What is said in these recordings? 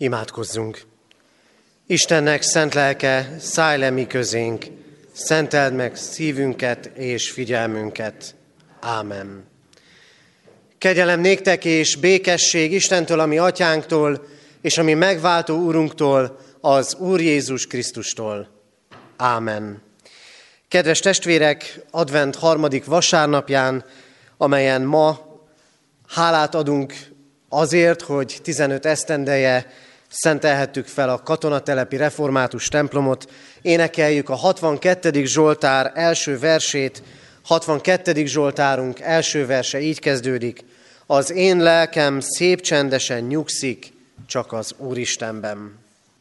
Imádkozzunk! Istennek szent lelke, szállj le mi közénk, szenteld meg szívünket és figyelmünket. Ámen. Kegyelem néktek és békesség Istentől, a mi atyánktól, és a mi megváltó Úrunktól, az Úr Jézus Krisztustól. Ámen. Kedves testvérek, advent 3. vasárnapján, amelyen ma hálát adunk azért, hogy 15 esztendeje szentelhettük fel a katonatelepi református templomot, énekeljük a 62. Zsoltár első versét. 62. Zsoltárunk első verse így kezdődik: az én lelkem szép csendesen nyugszik csak az Úristenben.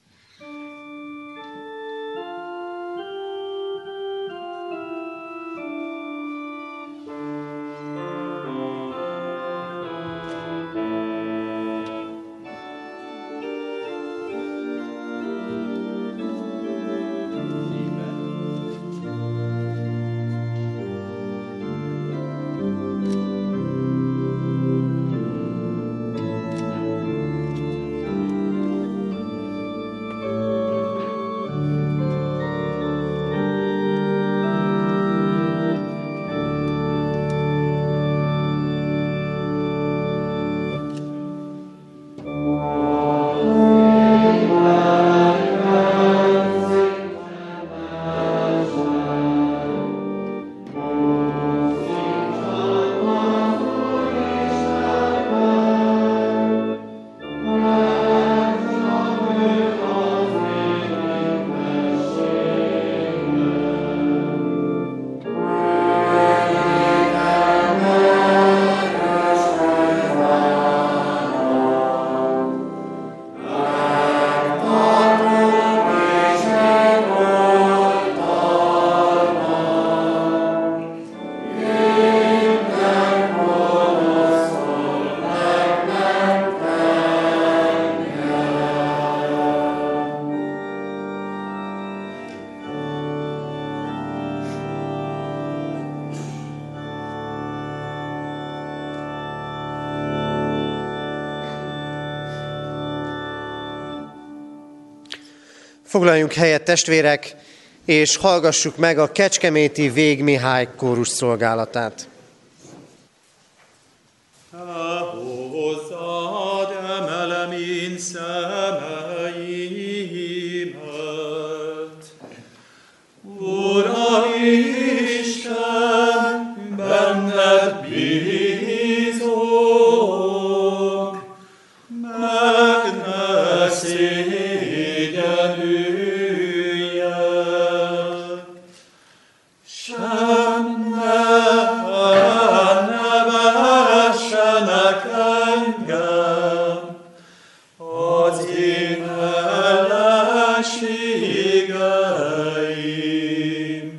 Foglaljunk helyet, testvérek, és hallgassuk meg a kecskeméti Vég Mihály kórus szolgálatát. Hozzád emelem én szemeimet. Uram Isten, benned bízok, meg ne szégyenüljek, sem ne vessenek engem az én ellenségeim,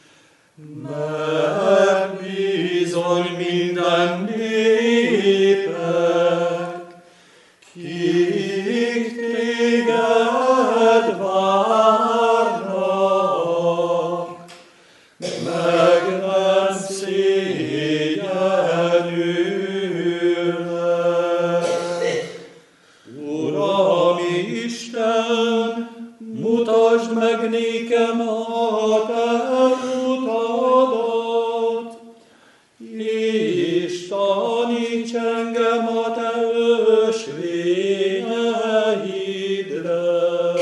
mert bizony minden népek, kik téged várnak, meg nem szégyenülnek. Uram Isten, mutasd meg nékem a te utadat, és taníts engem a te ösvényeidre.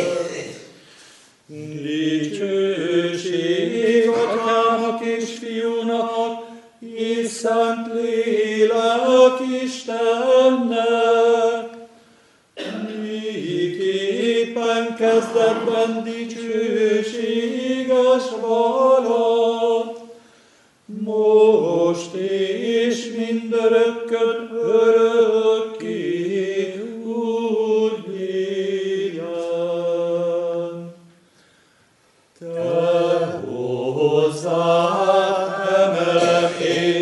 Dicsőség Atyának és Fiúnak és Szent Lélek Istennek, miképpen kezdetben dicsőséges valatt, most és mindörökkön örökké úgy legyen. Te hozzád emelem én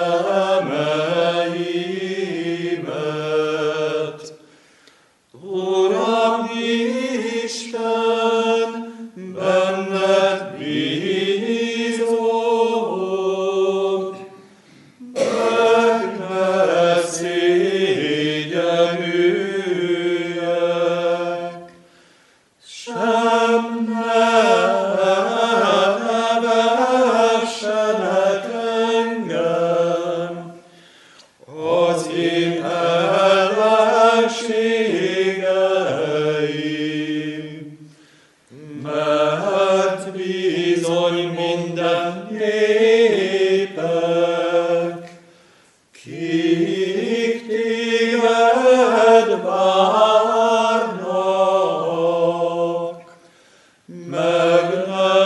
szemeimet. Uram Isten, benned bízom, meg ne szégyenüljek.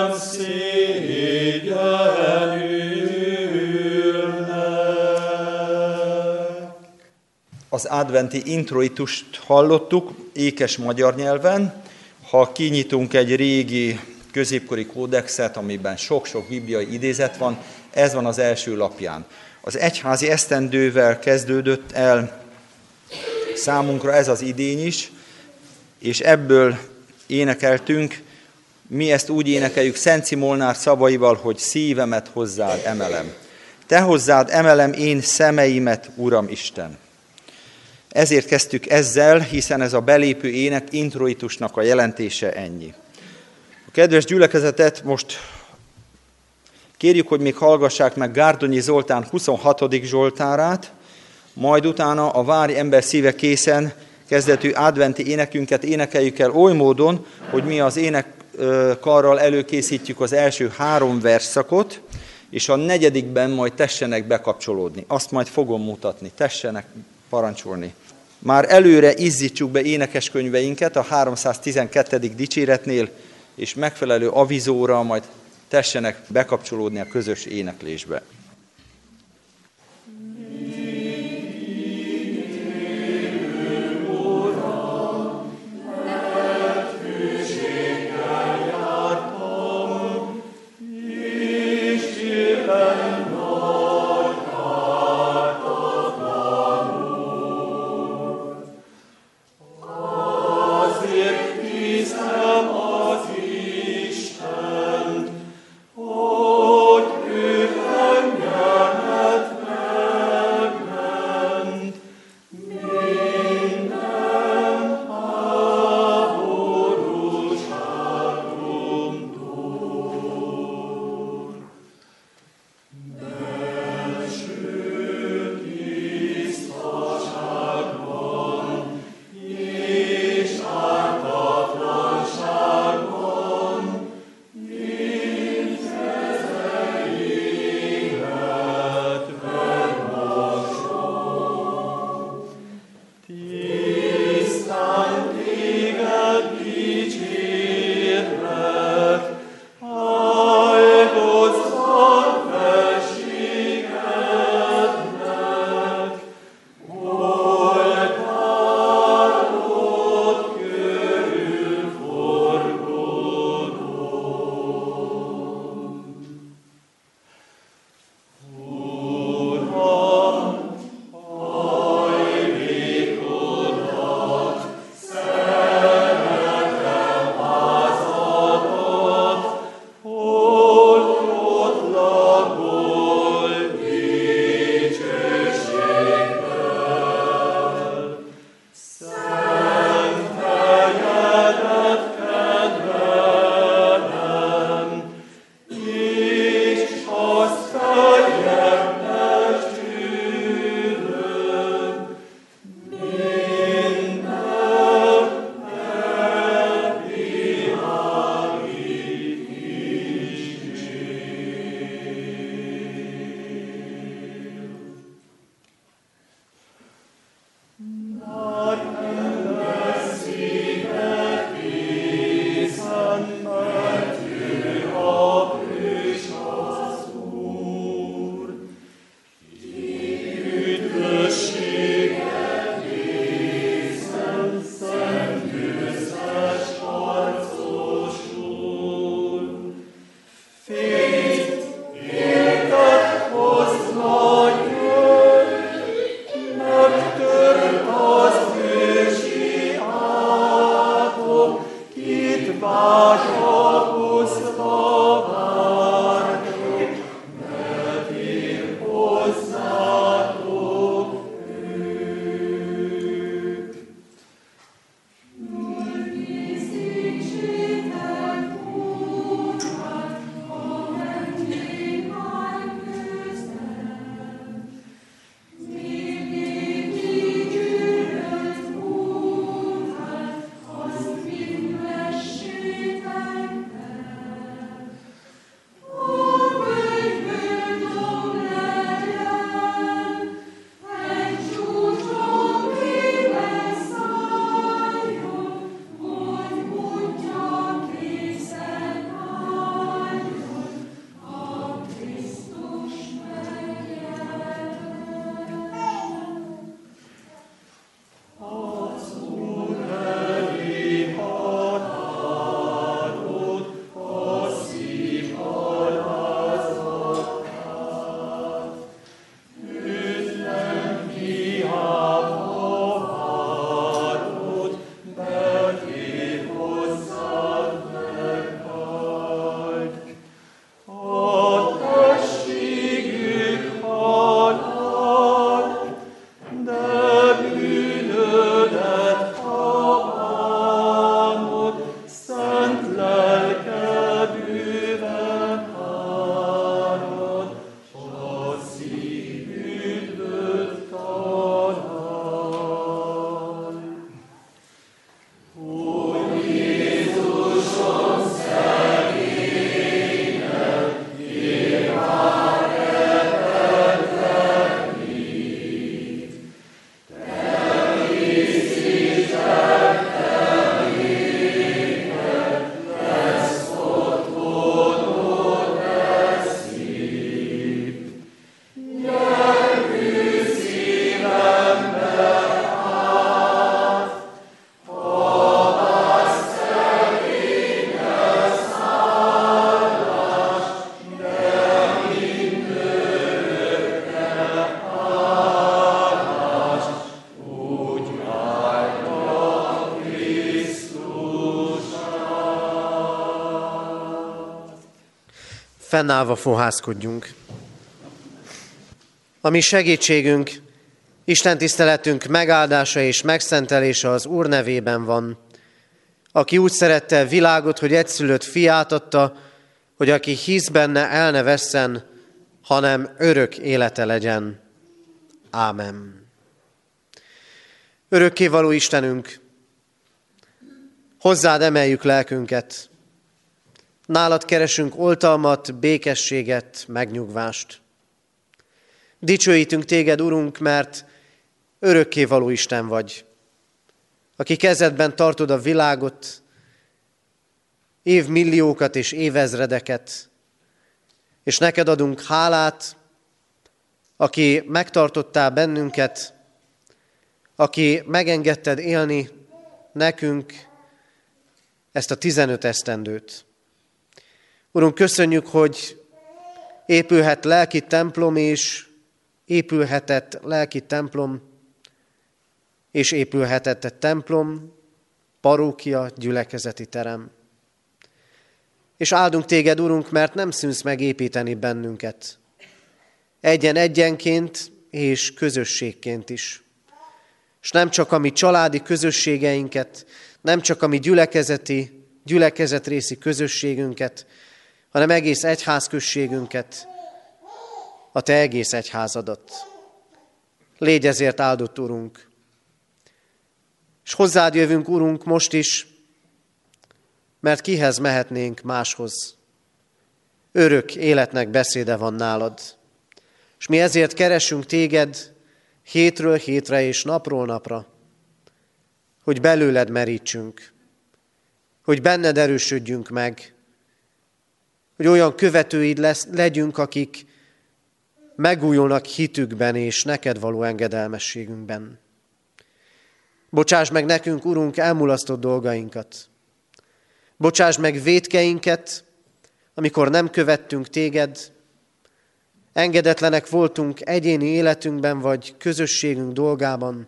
Az adventi introitust hallottuk ékes magyar nyelven. Ha kinyitunk egy régi középkori kódexet, amiben sok-sok bibliai idézet van, ez van az első lapján. Az egyházi esztendővel kezdődött el számunkra ez az idény is, és ebből énekeltünk, mi ezt úgy énekeljük Szenci Molnár szavaival, hogy szívemet hozzád emelem. Te hozzád emelem én szemeimet, Uram Isten. Ezért kezdtük ezzel, hiszen ez a belépő ének introitusnak a jelentése ennyi. A kedves gyülekezetet most kérjük, hogy még hallgassák meg Gárdonyi Zoltán 26. zsoltárát, majd utána a Várj ember szíve készen kezdetű adventi énekünket énekeljük el oly módon, hogy mi az énekkarral előkészítjük az első 3 versszakot, és a 4. majd tessenek bekapcsolódni. Azt majd fogom mutatni, tessenek parancsolni. Már előre izzítsuk be énekeskönyveinket a 312. dicséretnél, és megfelelő avizóra majd tessenek bekapcsolódni a közös éneklésbe. Hogy ő Fennállva fohászkodjunk. A mi segítségünk, Isten tiszteletünk megáldása és megszentelése az Úr nevében van, aki úgy szerette a világot, hogy egyszülött fiát adta, hogy aki hisz benne, el ne vesszen, hanem örök élete legyen. Ámen. Örökkévaló Istenünk, hozzád emeljük lelkünket. Nálad keresünk oltalmat, békességet, megnyugvást. Dicsőítünk téged, Urunk, mert örökkévaló Isten vagy, aki kezedben tartod a világot, évmilliókat és évezredeket, és neked adunk hálát, aki megtartottál bennünket, aki megengedted élni nekünk ezt a 15 esztendőt. Urunk, köszönjük, hogy épülhet lelki templom, és épülhetett lelki templom, és épülhetett egy templom, parókia, gyülekezeti terem. És áldunk téged, Urunk, mert nem szűnsz meg építeni bennünket. Egyen-egyenként és közösségként is. És nem csak a mi családi közösségeinket, nem csak a mi gyülekezetrészi közösségünket, hanem egész egyházközségünket, a te egész egyházadat. Légy ezért áldott, Urunk. És hozzád jövünk, Urunk, most is, mert kihez mehetnénk máshoz. Örök életnek beszéde van nálad. És mi ezért keresünk téged hétről hétre és napról napra, hogy belőled merítsünk, hogy benned erősödjünk meg, hogy olyan követőid legyünk, akik megújulnak hitükben és neked való engedelmességünkben. Bocsáss meg nekünk, Urunk, elmulasztott dolgainkat. Bocsáss meg vétkeinket, amikor nem követtünk téged, engedetlenek voltunk egyéni életünkben vagy közösségünk dolgában.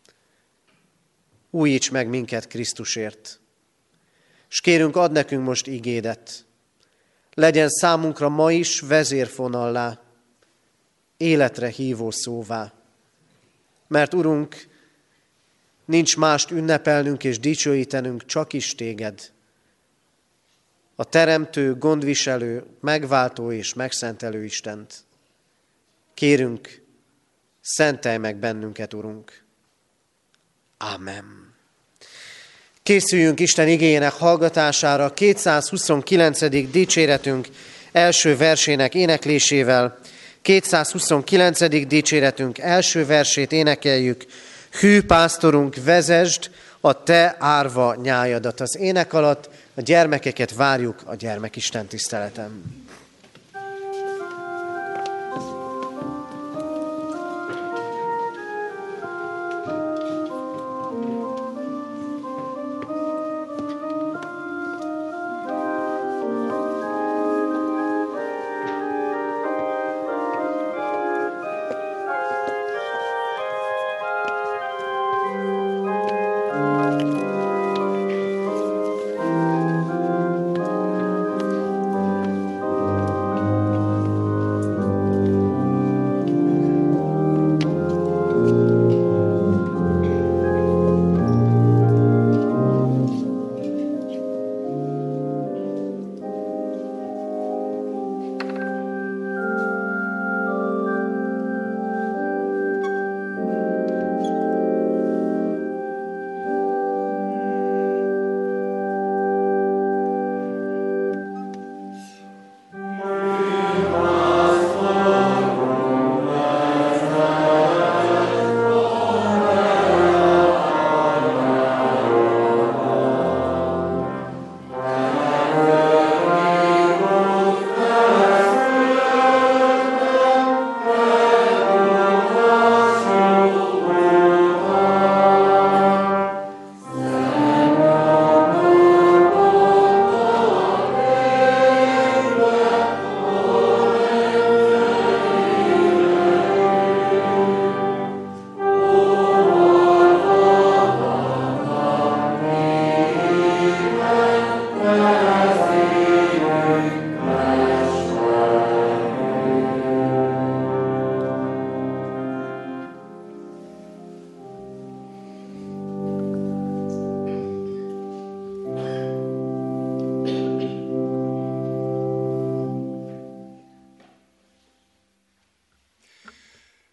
Újíts meg minket Krisztusért. És kérünk, add nekünk most igédet. Legyen számunkra ma is vezérfonallá, életre hívó szóvá. Mert, Urunk, nincs mást ünnepelnünk és dicsőítenünk, csak is téged. A teremtő, gondviselő, megváltó és megszentelő Istent. Kérünk, szentelj meg bennünket, Urunk. Ámen. Készüljünk Isten igéjének hallgatására 229. dicséretünk első versének éneklésével. 229. dicséretünk első versét énekeljük. Hű pásztorunk, vezesd a te árva nyájadat. Az ének alatt a gyermekeket várjuk a gyermekisten tiszteleten.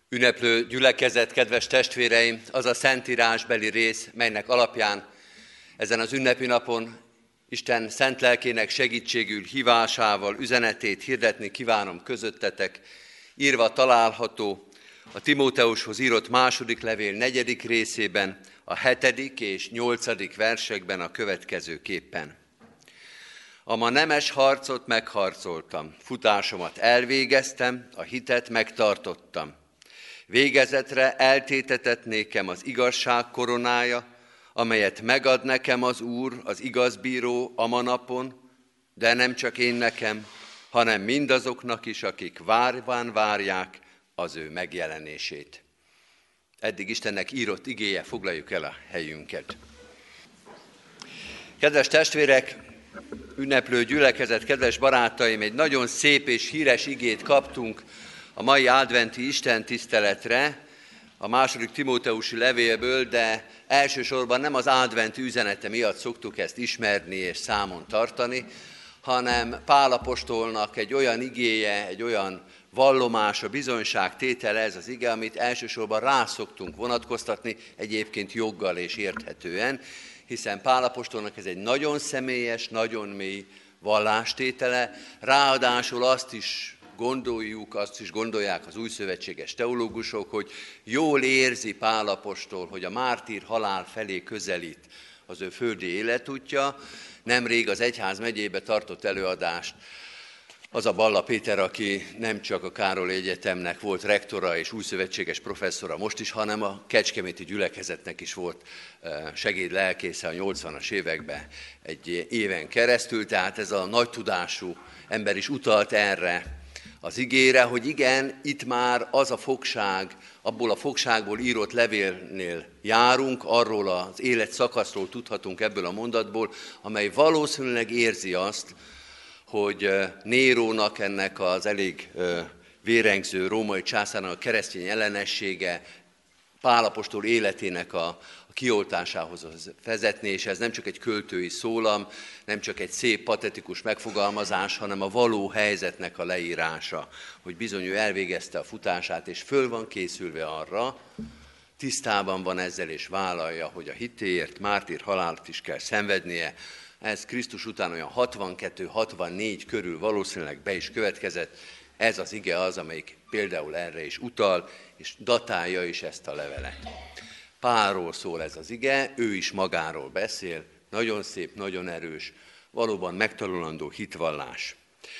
Ünneplő gyülekezet, kedves testvéreim, az a szentírásbeli rész, melynek alapján ezen az ünnepi napon Isten szent lelkének segítségül hívásával üzenetét hirdetni kívánom közöttetek, írva található a Timóteushoz írott második levél 4. részében, a 7. és 8. versekben a következőképpen. A ma nemes harcot megharcoltam, futásomat elvégeztem, a hitet megtartottam. Végezetre eltétetett nékem az igazság koronája, amelyet megad nekem az Úr, az igazbíró a ma napon, de nem csak én nekem, hanem mindazoknak is, akik várván várják az ő megjelenését. Eddig Istennek írott igéje, foglaljuk el a helyünket. Kedves testvérek, ünneplő gyülekezet, kedves barátaim, egy nagyon szép és híres igét kaptunk a mai adventi istentiszteletre, a második Timóteusi levélből, de elsősorban nem az adventi üzenete miatt szoktuk ezt ismerni és számon tartani, hanem Pál apostolnak egy olyan igéje, egy olyan vallomása, bizonyságtétele ez az ige, amit elsősorban rá szoktunk vonatkoztatni, egyébként joggal és érthetően, hiszen Pál apostolnak ez egy nagyon személyes, nagyon mély vallástétele, ráadásul azt is gondolják az újszövetséges teológusok, hogy jól érzi Pál apostol, hogy a mártír halál felé közelít az ő földi életútja. Nemrég az egyház megyébe tartott előadást az a Balla Péter, aki nem csak a Károly Egyetemnek volt rektora és újszövetséges professzora most is, hanem a kecskeméti gyülekezetnek is volt segédlelkésze a 80-as években egy éven keresztül, tehát ez a nagy tudású ember is utalt erre az igére, hogy igen, itt már az a fogság, abból a fogságból írott levélnél járunk, arról az életszakaszról tudhatunk ebből a mondatból, amely valószínűleg érzi azt, hogy Nérónak, ennek az elég vérengző római császárnak a keresztény ellenessége Pál apostol életének a kioltásához vezetni, és ez nem csak egy költői szólam, nem csak egy szép, patetikus megfogalmazás, hanem a való helyzetnek a leírása, hogy bizony ő elvégezte a futását, és föl van készülve arra, tisztában van ezzel, és vállalja, hogy a hitéért mártír halált is kell szenvednie. Ez Krisztus után olyan 62-64 körül valószínűleg be is következett. Ez az ige az, amelyik például erre is utal, és datálja is ezt a levelet. Pálról szól ez az ige, ő is magáról beszél, nagyon szép, nagyon erős, valóban megtanulandó hitvallás.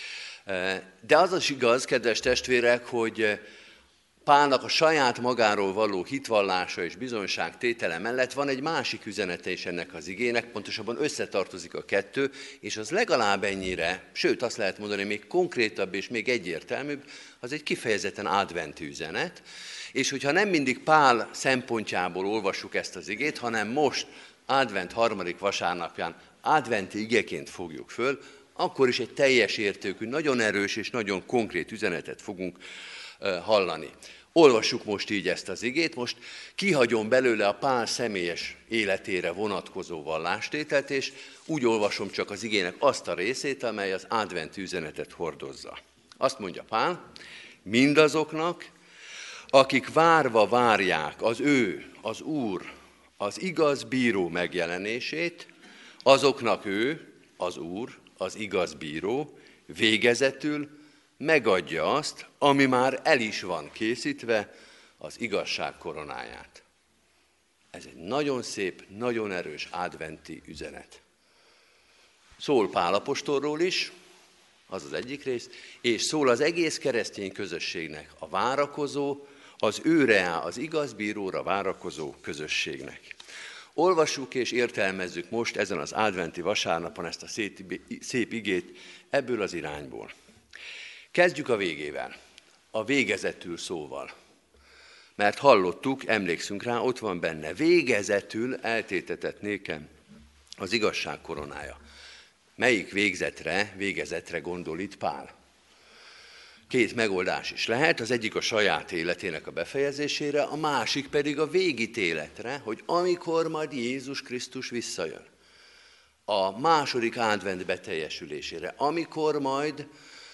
De az is igaz, kedves testvérek, hogy Pálnak a saját magáról való hitvallása és bizonyságtétele mellett van egy másik üzenete is ennek az igének, pontosabban összetartozik a kettő, és az legalább ennyire, sőt azt lehet mondani, még konkrétabb és még egyértelműbb, az egy kifejezetten adventi üzenet, és hogyha nem mindig Pál szempontjából olvassuk ezt az igét, hanem most advent 3. vasárnapján adventi igeként fogjuk föl, akkor is egy teljes értékű, nagyon erős és nagyon konkrét üzenetet fogunk hallani. Olvassuk most így ezt az igét, most kihagyom belőle a Pál személyes életére vonatkozó vallástételt, és úgy olvasom csak az igének azt a részét, amely az adventi üzenetet hordozza. Azt mondja Pál, mindazoknak, akik várva várják az Úr, az igaz bíró megjelenését, azoknak ő, az Úr, az igaz bíró, végezetül megadja azt, ami már el is van készítve, az igazság koronáját. Ez egy nagyon szép, nagyon erős adventi üzenet. Szól Pál apostolról is, az az egyik rész, és szól az egész keresztény közösségnek, a várakozó, az őre, az igaz bíróra várakozó közösségnek. Olvassuk és értelmezzük most ezen az adventi vasárnapon ezt a szép igét ebből az irányból. Kezdjük a végével, a végezetül szóval. Mert hallottuk, emlékszünk rá, ott van benne, végezetül eltétetett nékem az igazság koronája. Melyik végezetre gondol itt Pál? Két megoldás is lehet, az egyik a saját életének a befejezésére, a másik pedig a végítéletre, hogy amikor majd Jézus Krisztus visszajön. A második advent beteljesülésére, amikor majd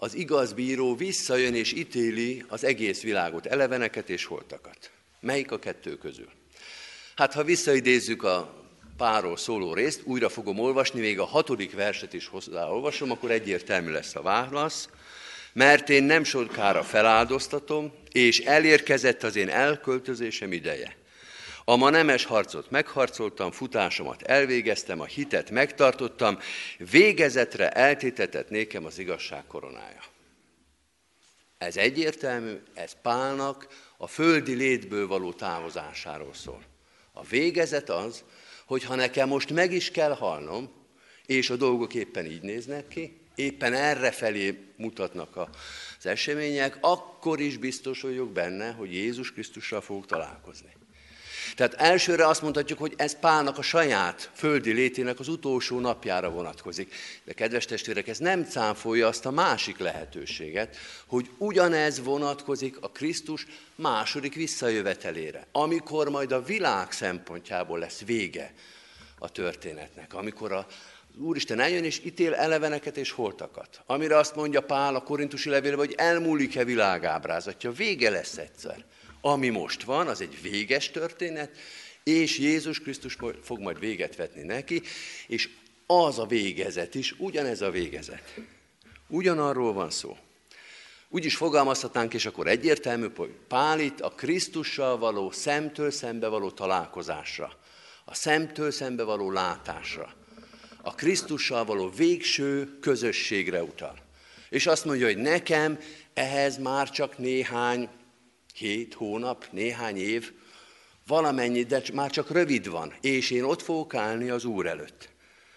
az igaz bíró visszajön és ítéli az egész világot, eleveneket és holtakat. Melyik a kettő közül? Hát ha visszaidézzük a Pálról szóló részt, újra fogom olvasni, még a 6. verset is hozzáolvasom, akkor egyértelmű lesz a válasz. Mert én nem sokára feláldoztatom, és elérkezett az én elköltözésem ideje. A ma nemes harcot megharcoltam, futásomat elvégeztem, a hitet megtartottam, végezetre eltétetett nékem az igazság koronája. Ez egyértelmű, ez Pálnak a földi létből való távozásáról szól. A végezet az, hogy ha nekem most meg is kell halnom, és a dolgok éppen így néznek ki, éppen errefelé mutatnak az események, akkor is biztos vagyok benne, hogy Jézus Krisztussal fogok találkozni. Tehát elsőre azt mondhatjuk, hogy ez Pálnak a saját földi létének az utolsó napjára vonatkozik. De kedves testvérek, ez nem cáfolja azt a másik lehetőséget, hogy ugyanez vonatkozik a Krisztus második visszajövetelére, amikor majd a világ szempontjából lesz vége a történetnek, amikor az Úristen eljön és ítél eleveneket és holtakat. Amire azt mondja Pál a korintusi levélben, hogy elmúlik-e világábrázatja, vége lesz egyszer. Ami most van, az egy véges történet, és Jézus Krisztus fog majd véget vetni neki, és az a végezet is, ugyanez a végezet. Ugyanarról van szó. Úgy is fogalmazhatnánk, és akkor egyértelmű, hogy Pál itt a Krisztussal való szemtől szembe való találkozásra, a szemtől szembe való látásra, a Krisztussal való végső közösségre utal. És azt mondja, hogy nekem ehhez már csak néhány hét, hónap, néhány év, valamennyi, de már csak rövid van, és én ott fogok állni az Úr előtt.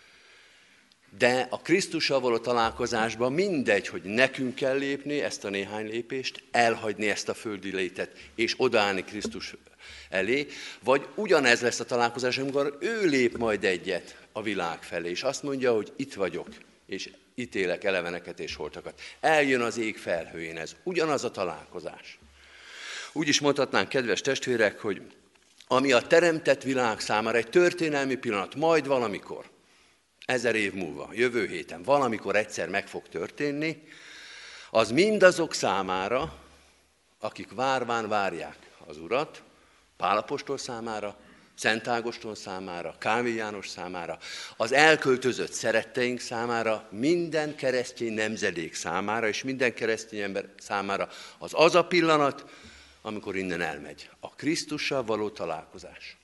De a Krisztussal való találkozásban mindegy, hogy nekünk kell lépni ezt a néhány lépést, elhagyni ezt a földi létet, és odaállni Krisztus elé, vagy ugyanez lesz a találkozás, amikor ő lép majd egyet a világ felé, és azt mondja, hogy itt vagyok, és ítélek eleveneket és holtakat. Eljön az ég felhőjén, ez ugyanaz a találkozás. Úgy is mondhatnánk, kedves testvérek, hogy ami a teremtett világ számára egy történelmi pillanat, majd valamikor, 1000 év múlva, jövő héten, valamikor egyszer meg fog történni, az mindazok számára, akik várván várják az Urat, Pál apostol számára, Szent Ágoston számára, Kálvin János számára, az elköltözött szeretteink számára, minden keresztény nemzedék számára, és minden keresztény ember számára az a pillanat, amikor innen elmegy. A Krisztussal való találkozás.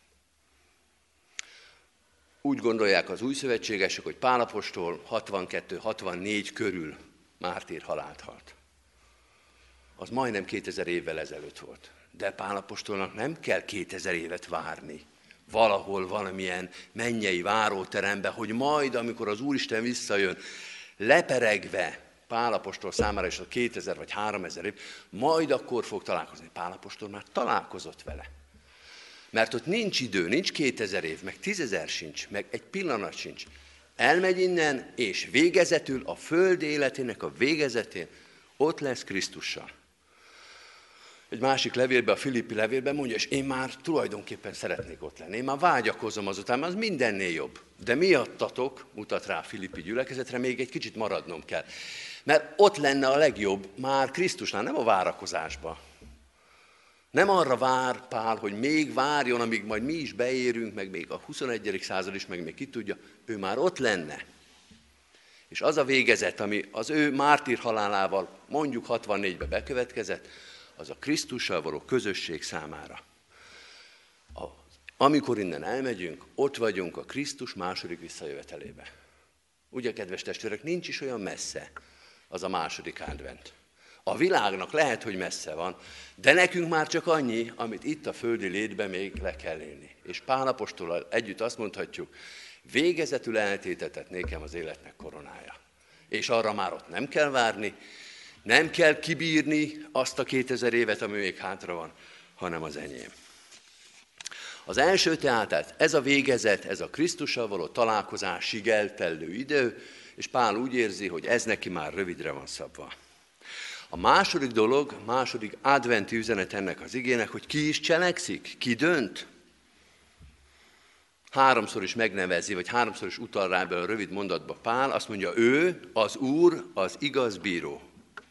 Úgy gondolják az újszövetségesek, hogy Pál apostol 62-64 körül mártírhalált halt. Az majdnem 2000 évvel ezelőtt volt. De Pál apostolnak nem kell 2000 évet várni. Valahol valamilyen mennyei váróterembe, hogy majd, amikor az Úristen visszajön, leperegve Pál apostol számára is a 2000 vagy 3000 év, majd akkor fog találkozni. Pál apostol már találkozott vele. Mert ott nincs idő, nincs 2000 év, meg 10 000 sincs, meg egy pillanat sincs. Elmegy innen, és végezetül a föld életének a végezetén ott lesz Krisztussal. Egy másik levélben, a Filippi levélben mondja, és én már tulajdonképpen szeretnék ott lenni. Én már vágyakozom azután, mert az mindennél jobb. De miattatok, mutat rá a Filippi gyülekezetre, még egy kicsit maradnom kell. Mert ott lenne a legjobb már Krisztusnál, nem a várakozásba. Nem arra vár Pál, hogy még várjon, amíg majd mi is beérünk, meg még a 21. század is, meg még ki tudja, ő már ott lenne. És az a végezet, ami az ő mártír halálával mondjuk 64-ben bekövetkezett, az a Krisztussal való közösség számára. Amikor innen elmegyünk, ott vagyunk a Krisztus második visszajövetelébe. Ugye, kedves testvérek, nincs is olyan messze az a második advent. A világnak lehet, hogy messze van, de nekünk már csak annyi, amit itt a földi létben még le kell élni. És Pál apostolal együtt azt mondhatjuk, végezetül eltétetett nékem az életnek koronája. És arra már ott nem kell várni, nem kell kibírni azt a 2000 évet, ami még hátra van, hanem az enyém. Az első tehát ez a végezet, ez a Krisztussal való találkozásig eltellő idő, és Pál úgy érzi, hogy ez neki már rövidre van szabva. A második dolog, második adventi üzenet ennek az igének, hogy ki is cselekszik, ki dönt. Háromszor is megnevezi, vagy háromszor is utal rá ebben a rövid mondatba Pál, azt mondja, ő, az Úr, az igaz bíró.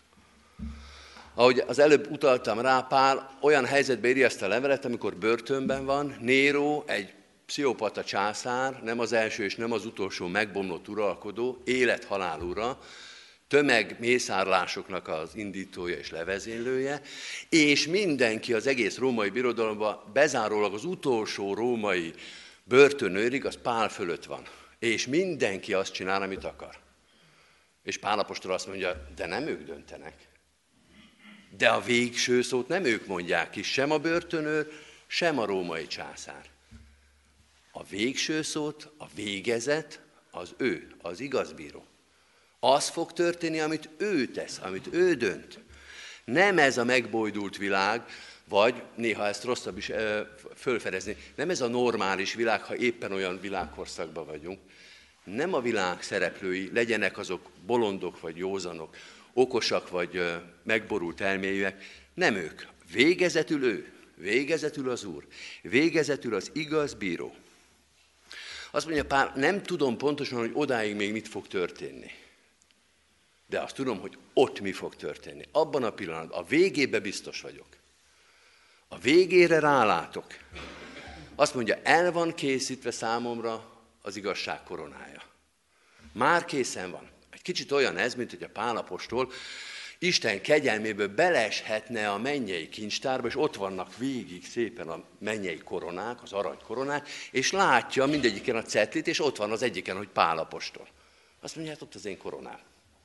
Ahogy az előbb utaltam rá, Pál olyan helyzetbe írja ezt a levelet, amikor börtönben van, Néró, egy pszichopata császár, nem az első és nem az utolsó megbomlott uralkodó, élet-halál ura, tömegmészárlásoknak az indítója és levezénylője, és mindenki az egész római birodalomban, bezárólag az utolsó római börtönőrig, az Pál fölött van. És mindenki azt csinál, amit akar. És Pál apostol azt mondja, de nem ők döntenek. De a végső szót nem ők mondják ki, sem a börtönőr, sem a római császár. A végső szót, a végezet az ő, az igazbíró. Az fog történni, amit ő tesz, amit ő dönt. Nem ez a megbojdult világ, vagy néha ezt rosszabb is fölfedezni, nem ez a normális világ, ha éppen olyan világkorszakban vagyunk. Nem a világ szereplői, legyenek azok bolondok vagy józanok, okosak vagy megborult elmélyűek, nem ők. Végezetül ő, végezetül az Úr, végezetül az igaz bíró. Azt mondja Pál, nem tudom pontosan, hogy odáig még mit fog történni. De azt tudom, hogy ott mi fog történni. Abban a pillanatban, a végébe biztos vagyok. A végére rálátok. Azt mondja, el van készítve számomra az igazság koronája. Már készen van. Egy kicsit olyan ez, mint hogy a Pál apostol Isten kegyelméből beleeshetne a mennyei kincstárba, és ott vannak végig szépen a mennyei koronák, az aranykoronák, és látja mindegyiken a cetlit, és ott van az egyiken, hogy Pál apostol. Azt mondja, hát ott az én koronám.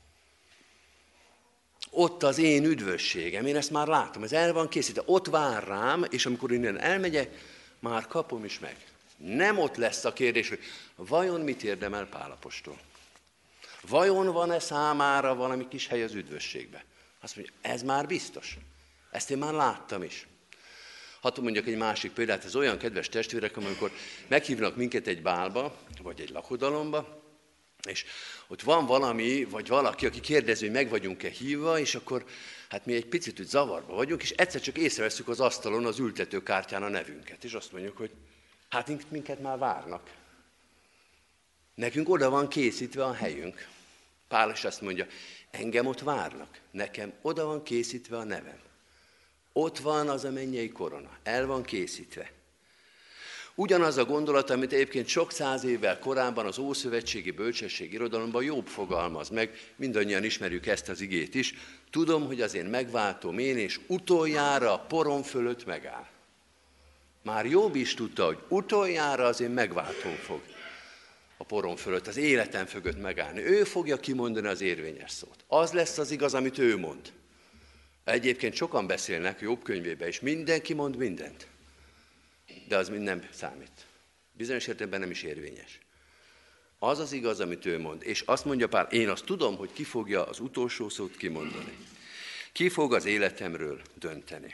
Ott az én üdvösségem, én ezt már látom, ez el van készítve, ott vár rám, és amikor innen elmegyek, már kapom is meg. Nem ott lesz a kérdés, hogy vajon mit érdemel Pál apostol? Vajon van-e számára valami kis hely az üdvösségbe? Azt mondja, ez már biztos. Ezt én már láttam is. Hadd mondjak egy másik példát, ez olyan kedves testvérek, amikor meghívnak minket egy bálba, vagy egy lakodalomba, és ott van valami, vagy valaki, aki kérdezi, hogy meg vagyunk-e hívva, és akkor hát mi egy picit úgy zavarba vagyunk, és egyszer csak észreveszünk az asztalon, az ültetőkártyán a nevünket, és azt mondjuk, hogy hát minket már várnak. Nekünk oda van készítve a helyünk. Pál is azt mondja, engem ott várnak, nekem oda van készítve a nevem. Ott van az a mennyei korona, el van készítve. Ugyanaz a gondolat, amit egyébként sok száz évvel korábban az ószövetségi bölcsesség irodalomban Jobb fogalmaz meg, mindannyian ismerjük ezt az igét is. Tudom, hogy az én megváltom én, és utoljára a porom fölött megáll. Már Jobb is tudta, hogy utoljára az én megváltom fog a porom fölött, az életem fölött megállni. Ő fogja kimondani az érvényes szót. Az lesz az igaz, amit ő mond. Egyébként sokan beszélnek Jobb könyvében, és mindenki mond mindent. De az mind nem számít. Bizonyos értelemben nem is érvényes. Az az igaz, amit ő mond. És azt mondja Pál, én azt tudom, hogy ki fogja az utolsó szót kimondani. Ki fog az életemről dönteni.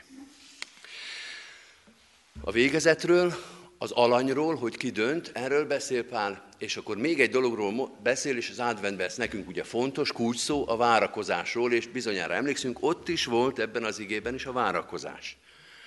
A végezetről, az alanyról, hogy ki dönt, erről beszél Pál, és akkor még egy dologról beszél, és az adventben ez nekünk ugye fontos, kulcsszó, a várakozásról, és bizonyára emlékszünk, ott is volt ebben az igében is a várakozás.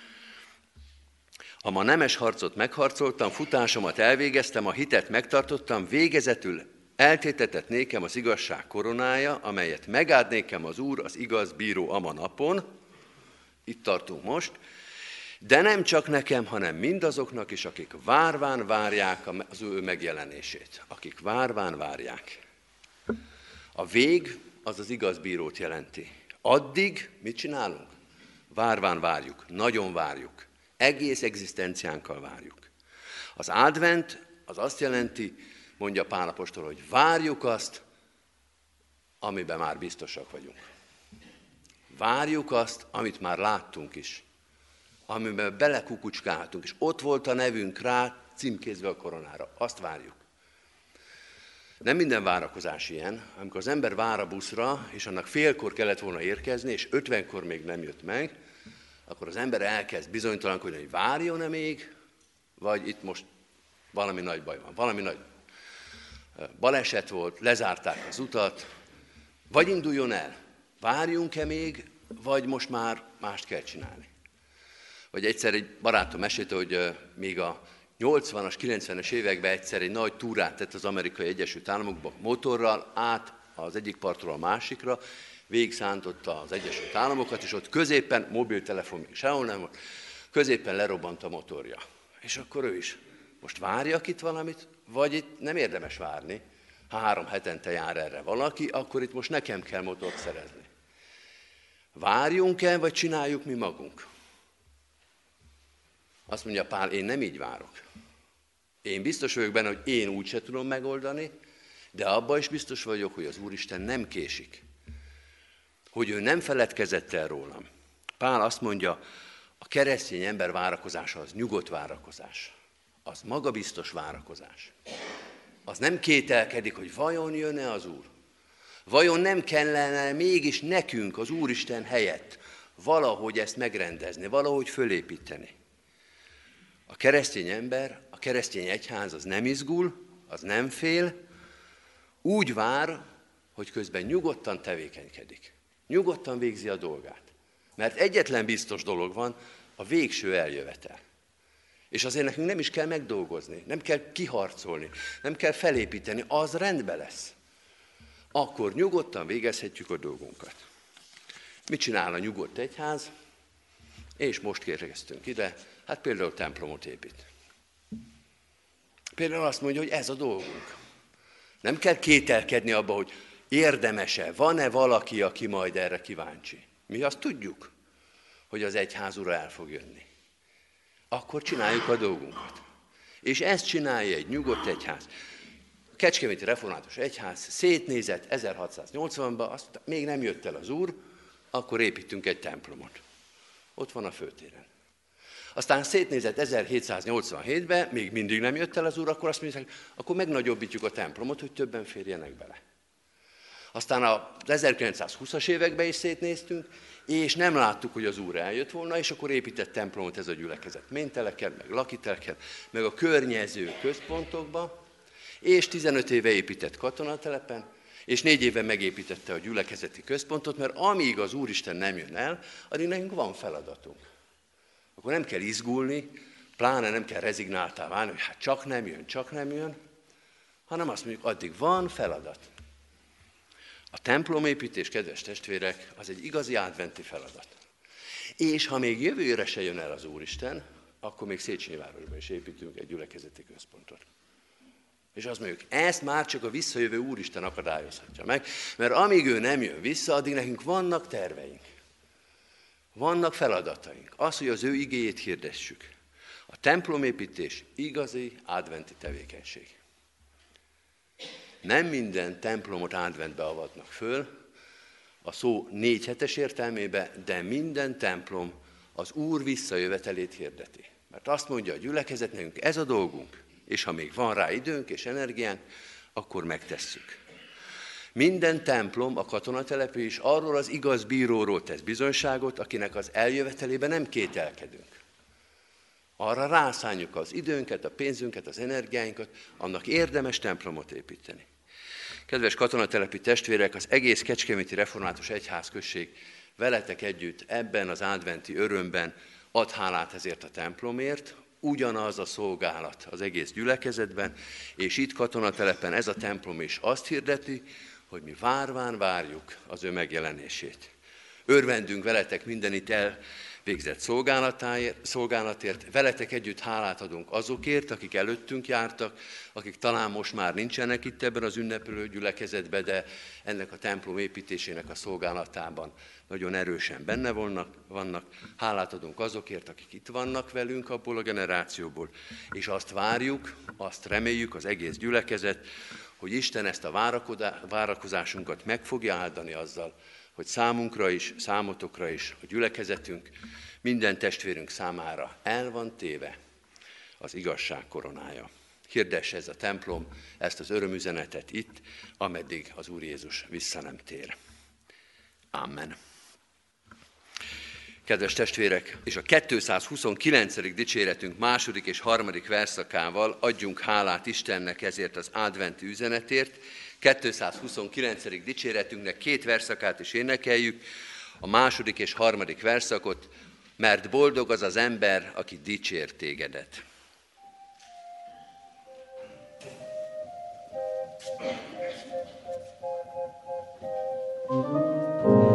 Ha ma nemes harcot megharcoltam, futásomat elvégeztem, a hitet megtartottam, végezetül eltétetett nékem az igazság koronája, amelyet megáld nékem az Úr, az igaz bíró ama napon, itt tartunk most, de nem csak nekem, hanem mindazoknak is, akik várván várják az ő megjelenését. Akik várván várják. A vég az az igaz bírót jelenti. Addig mit csinálunk? Várván várjuk, nagyon várjuk. Egész egzisztenciánkkal várjuk. Az advent az azt jelenti, mondja Pál apostol, hogy várjuk azt, amiben már biztosak vagyunk. Várjuk azt, amit már láttunk is. Amiben belekukucskálhatunk, és ott volt a nevünk rá, címkézve a koronára. Azt várjuk. Nem minden várakozás ilyen, amikor az ember vár a buszra, és annak félkor kellett volna érkezni, és 50-kor még nem jött meg, akkor az ember elkezd bizonytalankodni, hogy várjon-e még, vagy itt most valami nagy baj van, valami nagy baleset volt, lezárták az utat, vagy induljon el, várjunk-e még, vagy most már mást kell csinálni. Vagy egyszer egy barátom mesélte, hogy még a 80-as, 90-es években egyszer egy nagy túrát tett az Amerikai Egyesült Államokba motorral át az egyik partról a másikra, végigszántotta az Egyesült Államokat, és ott középen, mobiltelefon még sehol nem volt, középen lerobbant a motorja. És akkor ő is, most várjak itt valamit, vagy itt nem érdemes várni, ha 3 hetente jár erre valaki, akkor itt most nekem kell motort szerezni. Várjunk-e, vagy csináljuk mi magunk? Azt mondja Pál, én nem így várok. Én biztos vagyok benne, hogy én úgyse tudom megoldani, de abban is biztos vagyok, hogy az Úristen nem késik. Hogy ő nem feledkezett el rólam. Pál azt mondja, a keresztény ember várakozása az nyugodt várakozás. Az magabiztos várakozás. Az nem kételkedik, hogy vajon jön-e az Úr? Vajon nem kellene mégis nekünk az Úristen helyett valahogy ezt megrendezni, valahogy fölépíteni? A keresztény ember, a keresztény egyház az nem izgul, az nem fél, úgy vár, hogy közben nyugodtan tevékenykedik. Nyugodtan végzi a dolgát. Mert egyetlen biztos dolog van, a végső eljövetel. És azért nekünk nem is kell megdolgozni, nem kell kiharcolni, nem kell felépíteni, az rendben lesz. Akkor nyugodtan végezhetjük a dolgunkat. Mit csinál a nyugodt egyház? És most érkeztünk ide, hát például templomot épít. Például azt mondja, hogy ez a dolgunk. Nem kell kételkedni abba, hogy érdemese, van-e valaki, aki majd erre kíváncsi. Mi azt tudjuk, hogy az egyház ura el fog jönni. Akkor csináljuk a dolgunkat. És ezt csinálja egy nyugodt egyház. A Kecskeméti Református Egyház szétnézett 1680-ban, azt még nem jött el az Úr, akkor építünk egy templomot. Ott van a főtéren. Aztán szétnézett 1787-ben, még mindig nem jött el az Úr, akkor azt mondják, akkor megnagyobbítjuk a templomot, hogy többen férjenek bele. Aztán az 1920-as években is szétnéztünk, és nem láttuk, hogy az Úr eljött volna, és akkor épített templomot ez a gyülekezet Ménteleken, meg Lakiteleken, meg a környező központokba, és 15 éve épített katonatelepen, és 4 éve megépítette a gyülekezeti központot, mert amíg az Úristen nem jön el, addig nekünk van feladatunk. Akkor nem kell izgulni, pláne nem kell rezignáltá válni, hogy hát csak nem jön, hanem azt mondjuk, addig van feladat. A templomépítés, kedves testvérek, az egy igazi adventi feladat. És ha még jövőre se jön el az Úristen, akkor még Széchenyivárosban is építünk egy gyülekezeti központot. És azt mondjuk, ezt már csak a visszajövő Úristen akadályozhatja meg, mert amíg ő nem jön vissza, addig nekünk vannak terveink. Vannak feladataink. Az, hogy az ő igéjét hirdessük. A templomépítés igazi adventi tevékenység. Nem minden templomot adventbe avatnak föl, a szó 4 hetes értelmébe, de minden templom az Úr visszajövetelét hirdeti. Mert azt mondja a gyülekezet, nekünk ez a dolgunk, és ha még van rá időnk és energiánk, akkor megtesszük. Minden templom, a katonatelepülés arról az igaz bíróról tesz bizonyságot, akinek az eljövetelében nem kételkedünk. Arra rászánjuk az időnket, a pénzünket, az energiáinkat, annak érdemes templomot építeni. Kedves katonatelepi testvérek, az egész Kecskeméti Református Egyházközség veletek együtt ebben az adventi örömben ad hálát ezért a templomért, ugyanaz a szolgálat az egész gyülekezetben, és itt katonatelepen ez a templom is azt hirdeti, hogy mi várván várjuk az ő megjelenését. Örvendünk veletek minden itt elvégzett szolgálatért, veletek együtt hálát adunk azokért, akik előttünk jártak, akik talán most már nincsenek itt ebben az ünnepelő gyülekezetben, de ennek a templom építésének a szolgálatában nagyon erősen benne vannak. Hálát adunk azokért, akik itt vannak velünk abból a generációból, és azt várjuk, azt reméljük az egész gyülekezet, hogy Isten ezt a várakozásunkat meg fogja áldani azzal, hogy számunkra is, számotokra is, a gyülekezetünk, minden testvérünk számára el van téve az igazság koronája. Hirdesse ez a templom ezt az örömüzenetet itt, ameddig az Úr Jézus vissza nem tér. Amen. Kedves testvérek, és a 229. dicséretünk második és harmadik verszakával adjunk hálát Istennek ezért az adventi üzenetért. 229. dicséretünknek 2 verszakát is énekeljük, a második és harmadik verszakot, mert boldog az az ember, aki dicsér tégedet. Thank you.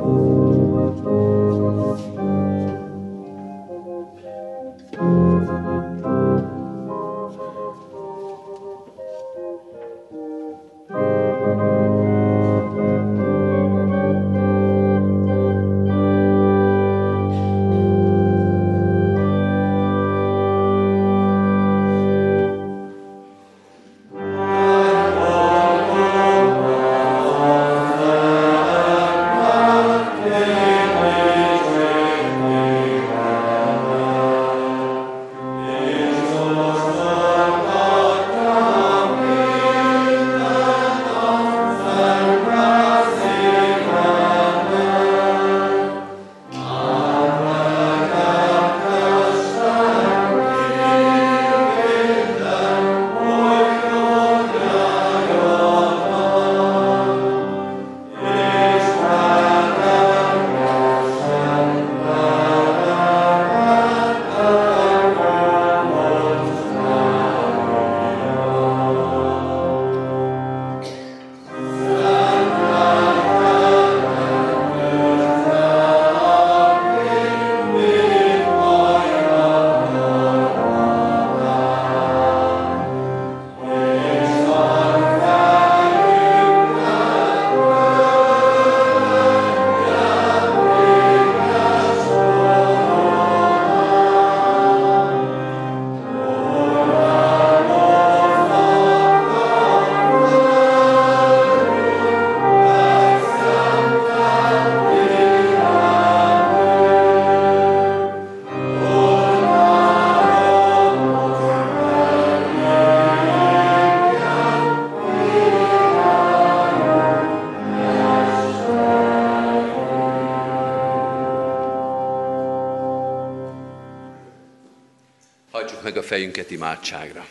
meg a fejünket imádságra.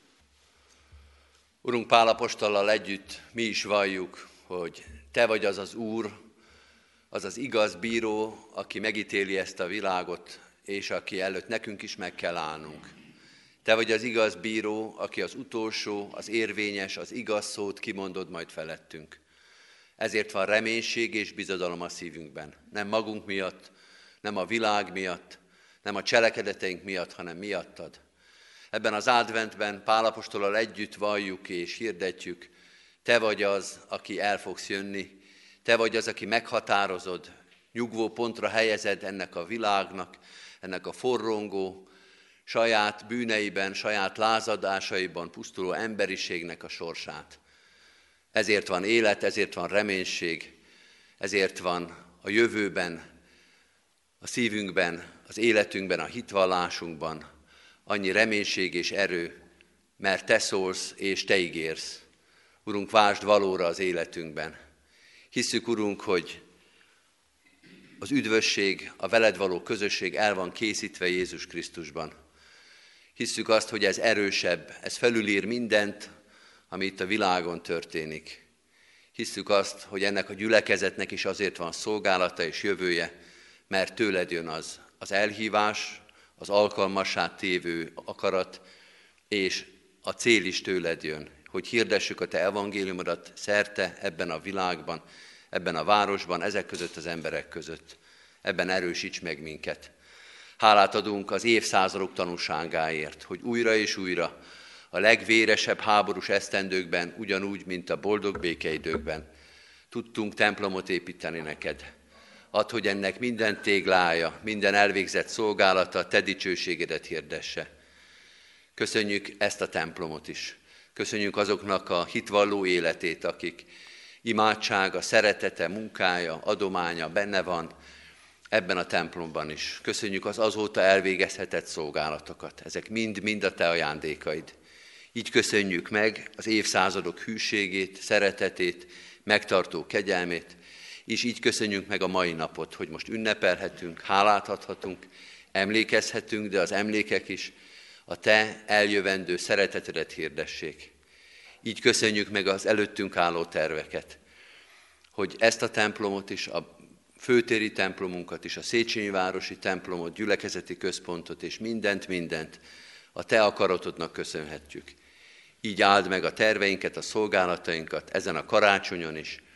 Urunk Pál apostollal együtt mi is valljuk, hogy Te vagy az az Úr, az az igaz bíró, aki megítéli ezt a világot, és aki előtt nekünk is meg kell állnunk. Te vagy az igaz bíró, aki az utolsó, az érvényes, az igaz szót kimondod majd felettünk. Ezért van reménység és bizodalom a szívünkben. Nem magunk miatt, nem a világ miatt, nem a cselekedeteink miatt, hanem miattad. Ebben az adventben Pál apostollal együtt valljuk és hirdetjük, Te vagy az, aki el fogsz jönni, Te vagy az, aki meghatározod, nyugvó pontra helyezed ennek a világnak, ennek a forrongó, saját bűneiben, saját lázadásaiban pusztuló emberiségnek a sorsát. Ezért van élet, ezért van reménység, ezért van a jövőben, a szívünkben, az életünkben, a hitvallásunkban annyi reménység és erő, mert Te szólsz és Te ígérsz. Urunk, vásd valóra az életünkben. Hisszük, Urunk, hogy az üdvösség, a veled való közösség el van készítve Jézus Krisztusban. Hisszük azt, hogy ez erősebb, ez felülír mindent, ami itt a világon történik. Hisszük azt, hogy ennek a gyülekezetnek is azért van szolgálata és jövője, mert tőled jön az elhívás, az alkalmassá tévő akarat, és a cél is tőled jön, hogy hirdessük a Te evangéliumodat szerte ebben a világban, ebben a városban, ezek között az emberek között. Ebben erősíts meg minket. Hálát adunk az évszázadok tanúságáért, hogy újra és újra a legvéresebb háborús esztendőkben, ugyanúgy, mint a boldog békeidőkben tudtunk templomot építeni neked. Add, hogy ennek minden téglája, minden elvégzett szolgálata Te dicsőségedet hirdesse. Köszönjük ezt a templomot is. Köszönjük azoknak a hitvalló életét, akik imádsága, szeretete, munkája, adománya benne van ebben a templomban is. Köszönjük az azóta elvégezhetett szolgálatokat. Ezek mind a Te ajándékaid. Így köszönjük meg az évszázadok hűségét, szeretetét, megtartó kegyelmét, és így köszönjük meg a mai napot, hogy most ünnepelhetünk, hálát adhatunk, emlékezhetünk, de az emlékek is a Te eljövendő szeretetedet hirdessék. Így köszönjük meg az előttünk álló terveket, hogy ezt a templomot is, a főtéri templomunkat is, a Széchenyi városi templomot, gyülekezeti központot és mindent a Te akaratodnak köszönhetjük. Így áld meg a terveinket, a szolgálatainkat ezen a karácsonyon is,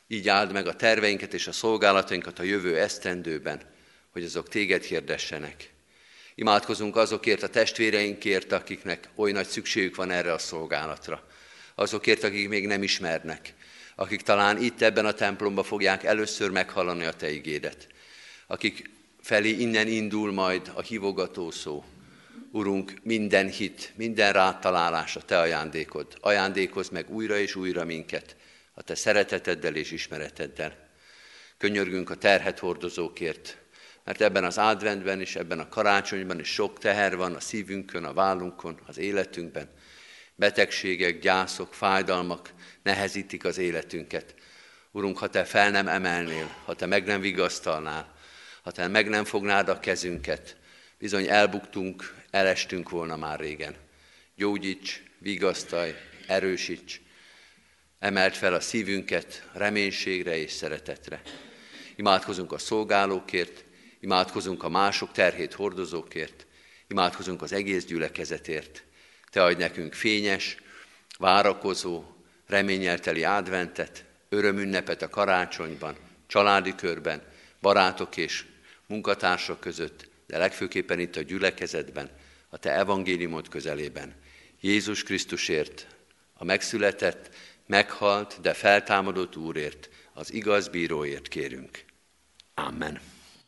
Így áld meg a terveinket és a szolgálatainkat a jövő esztendőben, hogy azok téged hirdessenek. Imádkozunk azokért a testvéreinkért, akiknek oly nagy szükségük van erre a szolgálatra. Azokért, akik még nem ismernek, akik talán itt ebben a templomban fogják először meghallani a te igédet, akik felé innen indul majd a hívogató szó. Urunk, minden hit, minden rád találás a te ajándékod. Ajándékozz meg újra és újra minket a te szereteteddel és ismereteddel. Könyörgünk a terhet hordozókért, mert ebben az adventben és ebben a karácsonyban is sok teher van a szívünkön, a vállunkon, az életünkben. Betegségek, gyászok, fájdalmak nehezítik az életünket. Urunk, ha te fel nem emelnél, ha te meg nem vigasztalnál, ha te meg nem fognád a kezünket, bizony elbuktunk, elestünk volna már régen. Gyógyíts, vigasztalj, erősíts, emeld fel a szívünket reménységre és szeretetre. Imádkozunk a szolgálókért, imádkozunk a mások terhét hordozókért, imádkozunk az egész gyülekezetért. Te adj nekünk fényes, várakozó, reménnyel teli adventet, örömünnepet a karácsonyban, családi körben, barátok és munkatársak között, de legfőképpen itt a gyülekezetben, a te evangéliumod közelében. Jézus Krisztusért, a megszületett, meghalt, de feltámadott Úrért, az igaz bíróért kérünk. Amen.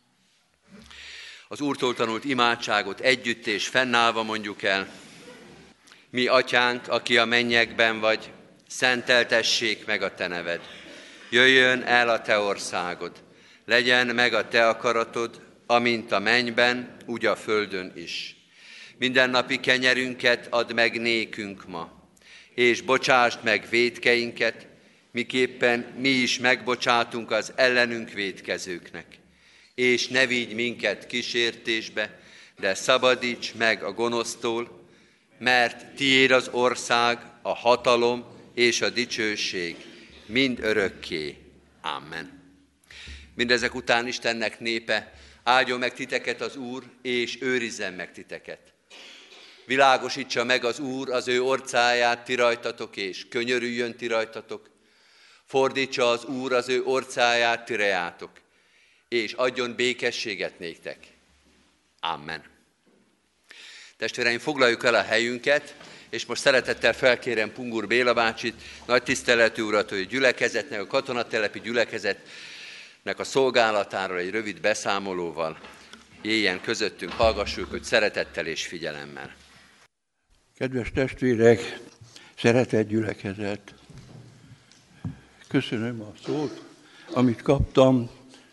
Az Úrtól tanult imádságot együtt és fennállva mondjuk el. Mi atyánk, aki a mennyekben vagy, szenteltessék meg a te neved. Jöjjön el a te országod. Legyen meg a te akaratod, amint a mennyben, úgy a földön is. Mindennapi kenyerünket add meg nékünk ma, és bocsásd meg vétkeinket, miképpen mi is megbocsátunk az ellenünk vétkezőknek. És ne vigy minket kísértésbe, de szabadíts meg a gonosztól, mert tiéd az ország, a hatalom és a dicsőség mind örökké. Amen. Mindezek után Istennek népe, áldjon meg titeket az Úr, és őrizzen meg titeket. Világosítsa meg az Úr az ő orcáját ti rajtatok, és könyörüljön ti rajtatok. Fordítsa az Úr az ő orcáját ti reátok, és adjon békességet néktek. Amen. Testvéreim, foglaljuk el a helyünket, és most szeretettel felkérem Pungur Béla bácsit, nagy tiszteletű urat, hogy a gyülekezetnek, a katonatelepi gyülekezetnek a szolgálatáról egy rövid beszámolóval éljen közöttünk, hallgassuk őt szeretettel és figyelemmel. Kedves testvérek, szeretett gyülekezet, köszönöm a szót, amit kaptam.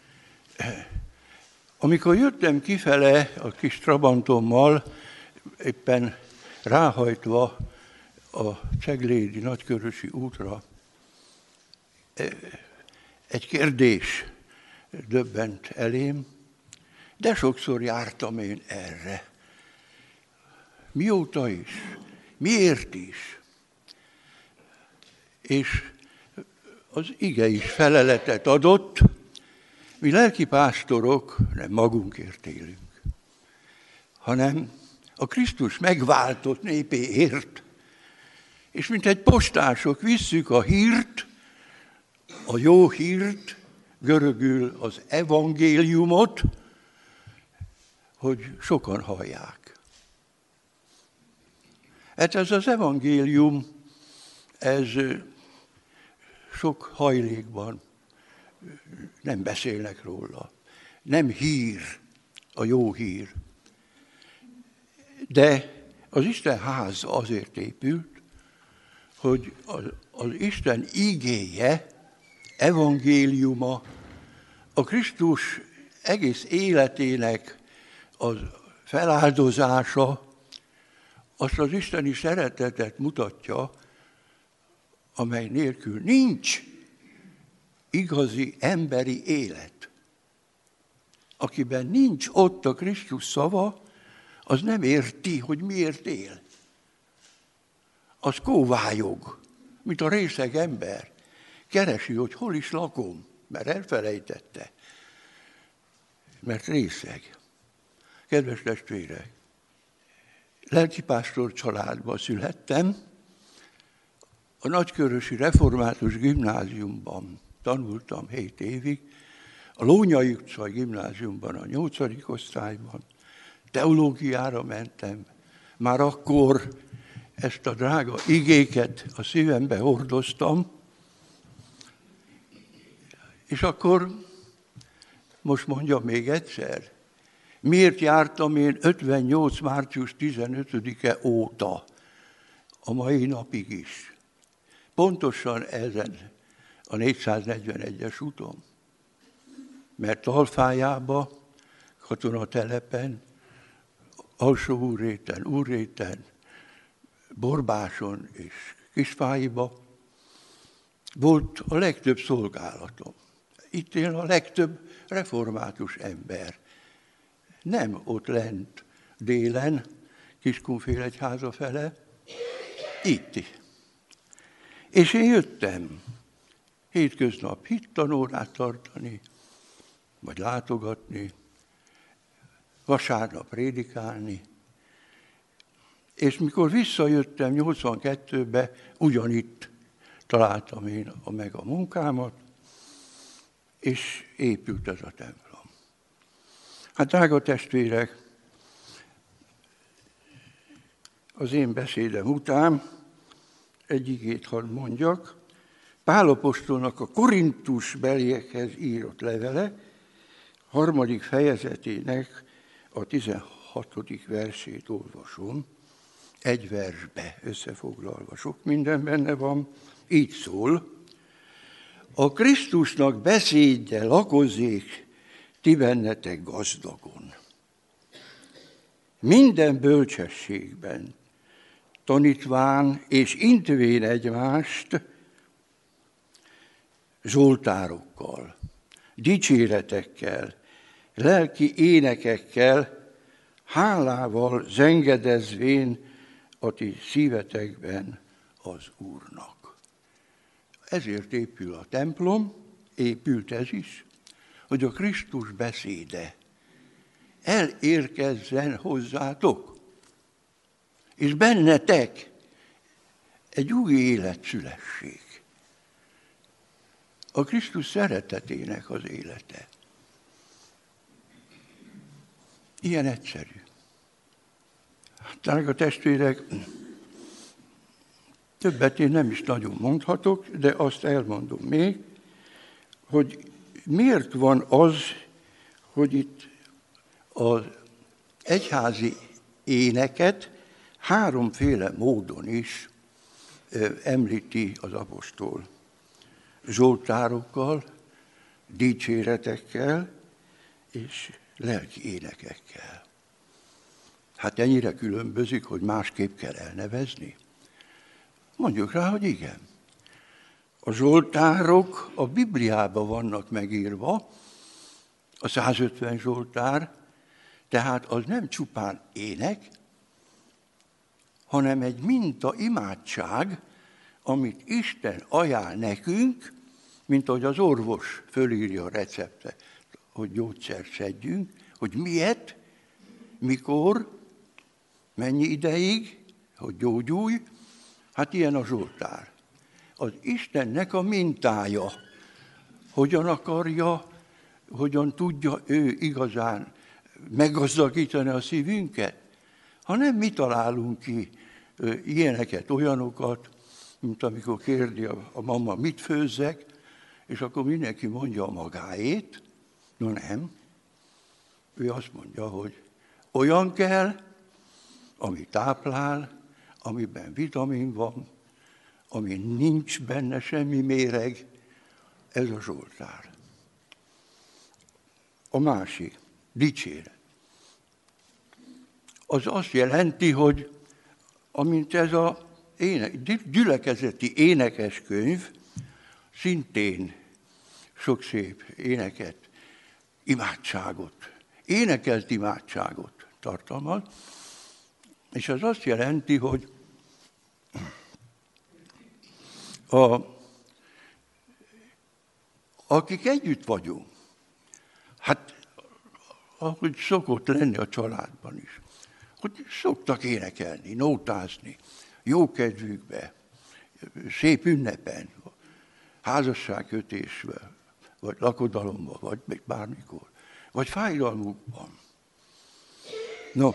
Amikor jöttem kifele a kis trabantommal, éppen ráhajtva a Ceglédi Nagykörösi útra, egy kérdés döbbent elém, de sokszor jártam én erre. Mióta is? Miért is? És az ige is feleletet adott, mi lelkipásztorok nem magunkért élünk, hanem a Krisztus megváltott népéért. És mint egy postások visszük a hírt, a jó hírt, görögül az evangéliumot, hogy sokan hallják. Hát ez az evangélium, ez sok hajlékban nem beszélnek róla. Nem hír, a jó hír. De az Isten háza azért épült, hogy az Isten igéje, evangéliuma, a Krisztus egész életének az feláldozása, azt az isteni szeretetet mutatja, amely nélkül nincs igazi emberi élet. Akiben nincs ott a Krisztus szava, az nem érti, hogy miért él. Az kóvályog, mint a részeg ember. Keresi, hogy hol is lakom, mert elfelejtette. Mert részeg. Kedves testvérek, lelkipásztor családba születtem, a Nagykörösi Református Gimnáziumban. tanultam 7 évig, a Lónyai utcai gimnáziumban a 8. osztályban, teológiára mentem, már akkor ezt a drága igéket a szívembe hordoztam, és akkor most mondjam még egyszer, miért jártam én 58. március 15-e óta a mai napig is? Pontosan ezen a 441-es úton. Mert Alfájába, katonatelepen, Alsó-Úrréten, Úrréten, Borbáson és Kisfáiba volt a legtöbb szolgálatom. Itt él a legtöbb református ember. Nem ott lent délen, Kiskunfélegyháza fele, itt is. És én jöttem hétköznap hittanórát tartani, vagy látogatni, vasárnap prédikálni, és mikor visszajöttem 82-be, ugyanitt találtam én meg a munkámat, és épült ez a templom. Hát drága testvérek, az én beszédem után egy igét hadd mondjak, Pál apostolnak a Korintus beliekhez írott levele, 3. fejezetének a 16. versét olvasom, egy versbe összefoglalva, sok minden benne van, így szól, a Krisztusnak beszédje lakozzék ti bennetek gazdagon. Minden bölcsességben tanítván és intvén egymást zsoltárokkal, dicséretekkel, lelki énekekkel, hálával zengedezvén a ti szívetekben az Úrnak. Ezért épül a templom, épült ez is, hogy a Krisztus beszéde elérkezzen hozzátok, és bennetek egy új élet szülessék. A Krisztus szeretetének az élete. Ilyen egyszerű. Drága testvérek, többet én nem is nagyon mondhatok, de azt elmondom még, hogy miért van az, hogy itt az egyházi éneket háromféle módon is említi az apostol. Zsoltárokkal, dicséretekkel és lelki énekekkel. Hát ennyire különbözik, hogy másképp kell elnevezni? Mondjuk rá, hogy igen. A zsoltárok a Bibliában vannak megírva, a 150 zsoltár, tehát az nem csupán ének, hanem egy minta imádság, amit Isten ajánl nekünk, mint ahogy az orvos fölírja a receptet, hogy gyógyszert szedjünk, hogy miért, mikor, mennyi ideig, hogy gyógyulj, hát ilyen a zsoltár. Az Istennek a mintája, hogyan akarja, hogyan tudja ő igazán meggazdagítani a szívünket, hanem mi találunk ki ilyeneket, olyanokat, mint amikor kérdi a mama, mit főzzek, és akkor mindenki mondja a magáét. No nem. Ő azt mondja, hogy olyan kell, ami táplál, amiben vitamin van, ami nincs benne semmi méreg, ez a zsoltár. A másik, dicséret. Az azt jelenti, hogy amint ez a gyülekezeti énekeskönyv szintén sok szép éneket, imádságot, énekelt imádságot tartalmaz, és az azt jelenti, hogy akik együtt vagyunk, hát ahogy szokott lenni a családban is, hogy szoktak énekelni, nótázni, jó kedvükbe, szép ünnepen. házasságkötésben, vagy lakodalomban, vagy még bármikor, vagy fájdalmukban. No,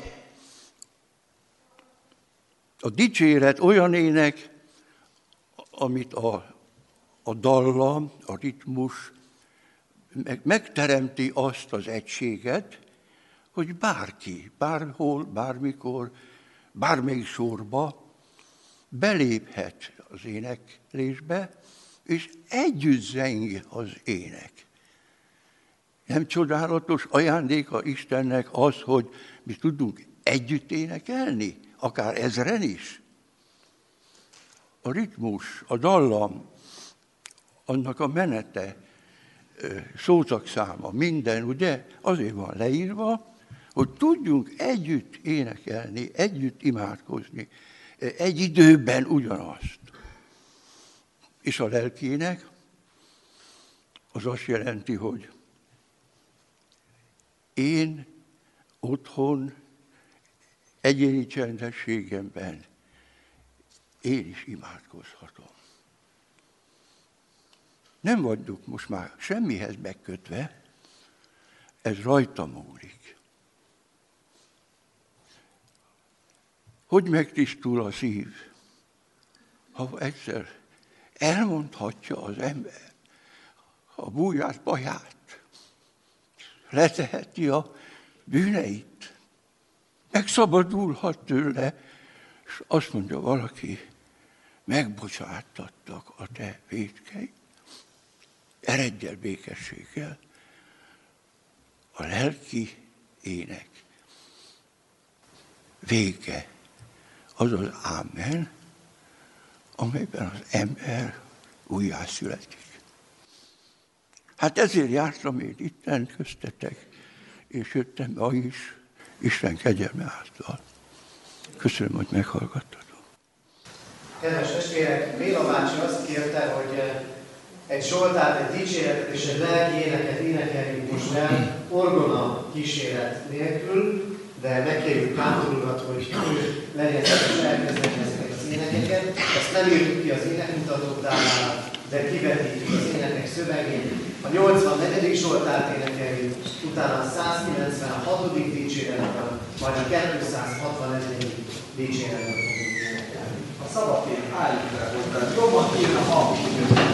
a dicséret olyan ének, amit a dallam, a ritmus megteremti azt az egységet, hogy bárki, bárhol, bármikor, bármelyik sorba beléphet az éneklésbe, és együtt zeng az ének. Nem csodálatos ajándéka Istennek az, hogy mi tudunk együtt énekelni, akár ezren is? A ritmus, a dallam, annak a menete, szótagszáma, minden, ugye, azért van leírva, hogy tudjunk együtt énekelni, együtt imádkozni, egy időben ugyanazt. És a lelkének az azt jelenti, hogy én otthon, egyéni csendességemben én is imádkozhatom. Nem vagyunk most már semmihez megkötve, ez rajta múlik. Hogy megtisztul a szív, ha egyszer elmondhatja az ember a búját, baját, leteheti a bűneit, megszabadulhat tőle, és azt mondja valaki, megbocsáttattak a te vétkeid. Eredj el békességgel. A lelki ének vége az az ámen, amelyben az ember újjászületik. Hát ezért jártam én itten köztetek, és jöttem ma is, Isten kegyelme által. Köszönöm, hogy meghallgattatok. Kedves testvérek, Béla bácsi azt kérte, hogy egy zsoltát, egy dicséretet és egy lelki éneket énekeljünk most el, orgona kíséret nélkül, de megkérjük Kántor urat, hogy ő legyen szíves elkezdeni ezeket az énekeket. Ezt nem írtuk ki az énekmutatók táblára, de kivetítjük az énekek szövegét. A 84. zsoltát énekeljük, utána a 196. dicséretben, majd a 261. dicséretben fogunk énekelni. A szabadként álljuk le hozzá, jobban kéne a hang.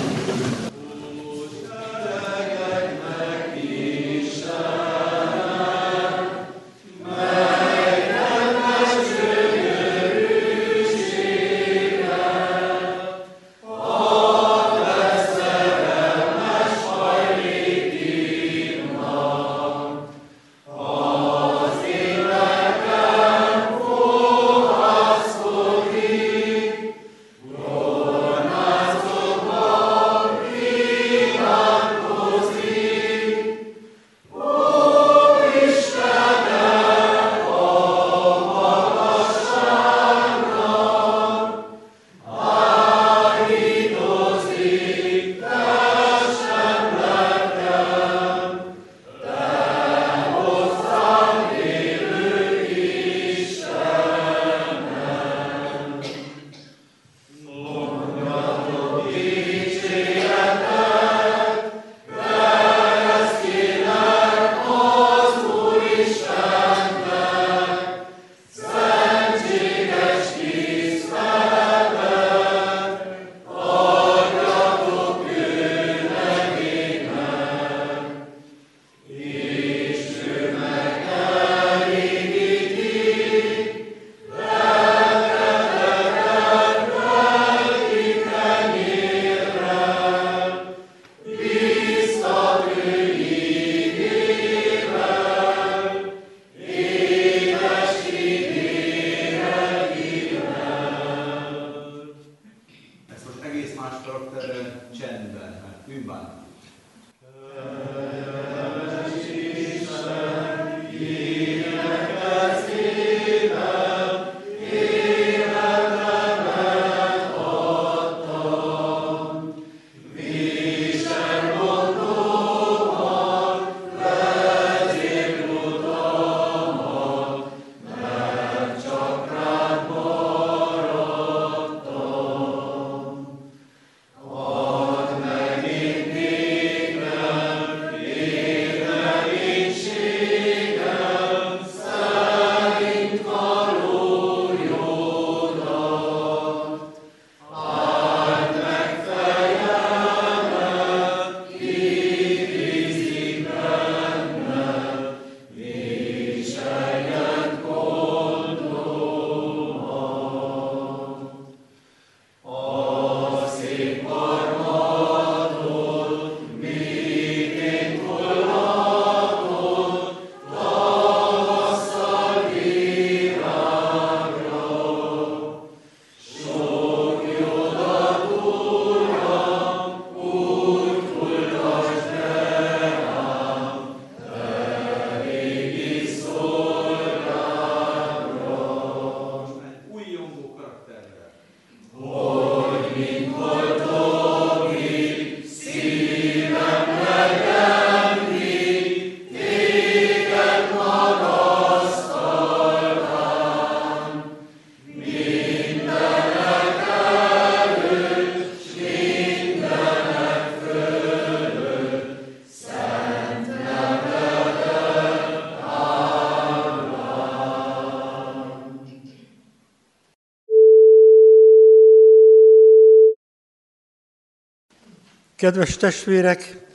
Kedves testvérek,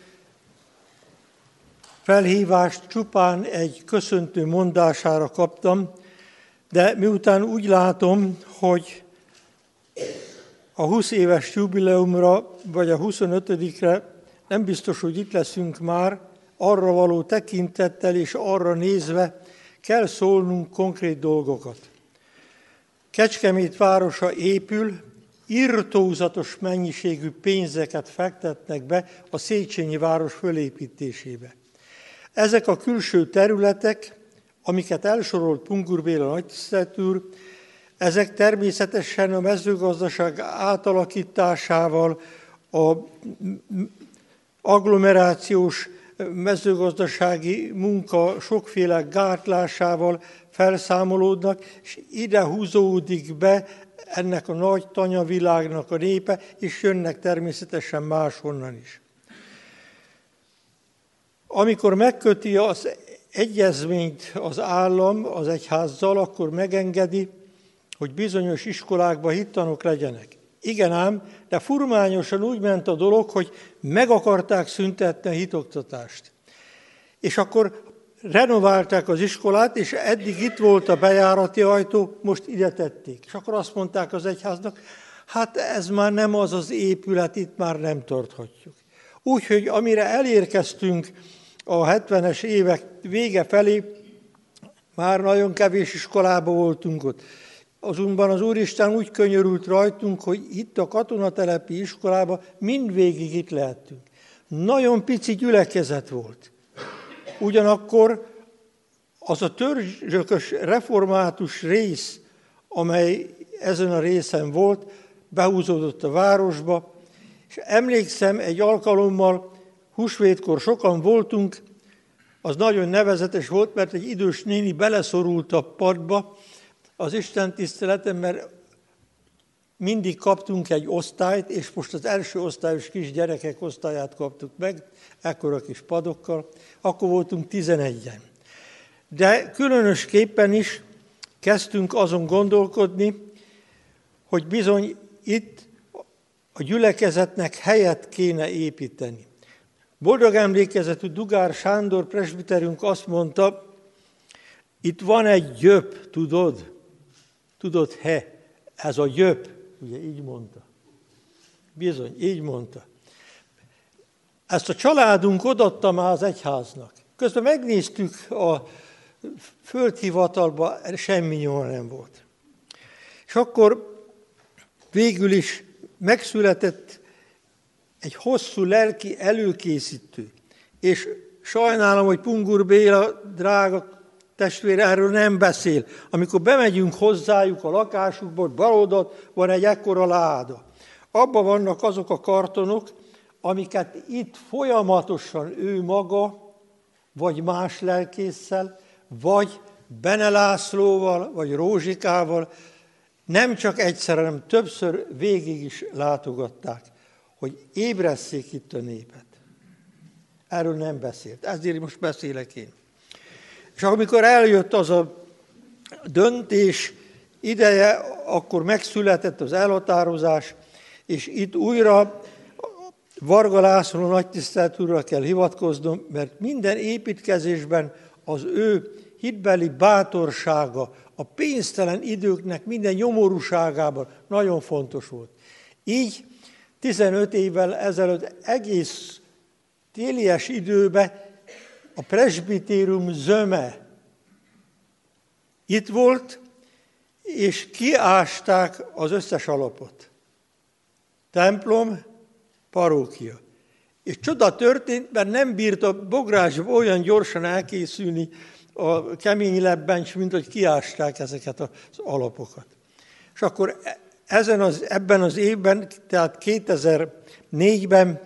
felhívást csupán egy köszöntő mondására kaptam, de miután úgy látom, hogy a 20 éves jubileumra, vagy a 25-re nem biztos, hogy itt leszünk már, arra való tekintettel és arra nézve kell szólnunk konkrét dolgokat. Kecskemét városa épül, irtózatos mennyiségű pénzeket fektetnek be a Széchenyi város fölépítésébe. Ezek a külső területek, amiket elsorolt Pungur Béla nagytisztelt úr, ezek természetesen a mezőgazdaság átalakításával, a agglomerációs mezőgazdasági munka sokféle gátlásával felszámolódnak, és ide húzódik be ennek a nagy tanyavilágnak a népe, és jönnek természetesen máshonnan is. Amikor megköti az egyezményt az állam az egyházzal, akkor megengedi, hogy bizonyos iskolákban hittanok legyenek. Igen ám, de furmányosan úgy ment a dolog, hogy meg akarták szüntetni a hitoktatást. És akkor renoválták az iskolát, és eddig itt volt a bejárati ajtó, most ide tették. És akkor azt mondták az egyháznak, hát ez már nem az az épület, itt már nem tarthatjuk. Úgyhogy amire elérkeztünk a 70-es évek vége felé, már nagyon kevés iskolában voltunk ott. Azonban az Úristen úgy könyörült rajtunk, hogy itt a katonatelepi iskolában mindvégig itt lehettünk. Nagyon pici gyülekezet volt. Ugyanakkor az a törzsökös református rész, amely ezen a részen volt, behúzódott a városba, és emlékszem, egy alkalommal húsvétkor sokan voltunk, az nagyon nevezetes volt, mert egy idős néni beleszorult a padba az istentiszteleten, mert mindig kaptunk egy osztályt, és most az első osztályos kisgyerekek osztályát kaptuk meg, ekkora kis padokkal, akkor voltunk 11-en. De különösképpen is kezdtünk azon gondolkodni, hogy bizony itt a gyülekezetnek helyet kéne építeni. Boldog emlékezetű Dugár Sándor presbiterünk azt mondta, itt van egy gyöp, tudod? Tudod-e? Ez a gyöp. Ugye így mondta. Bizony, így mondta. Ezt a családunk odaadta már az egyháznak. Közben megnéztük a földhivatalba, semmi nyoma nem volt. És akkor végül is megszületett egy hosszú lelki előkészítő. És sajnálom, hogy Pungur Béla, drága testvér, erről nem beszél. Amikor bemegyünk hozzájuk a lakásukba, bal oldalt van egy ekkora láda. Abban vannak azok a kartonok, amiket itt folyamatosan ő maga, vagy más lelkésszel, vagy Bene Lászlóval, vagy Rózsikával nem csak egyszer, hanem többször végig is látogatták, hogy ébresszék itt a népet. Erről nem beszélt. Ezért most beszélek én. És amikor eljött az a döntés ideje, akkor megszületett az elhatározás, és itt újra Varga László nagytisztelt úrra kell hivatkoznom, mert minden építkezésben az ő hitbeli bátorsága, a pénztelen időknek minden nyomorúságában nagyon fontos volt. Így 15 évvel ezelőtt egész télies időben a presbitérium zöme itt volt, és kiásták az összes alapot. Templom, parókia. És csoda történt, mert nem bírt a Bográs olyan gyorsan elkészülni a kemény lebbencs, mint hogy kiásták ezeket az alapokat. És akkor ebben az évben, tehát 2004-ben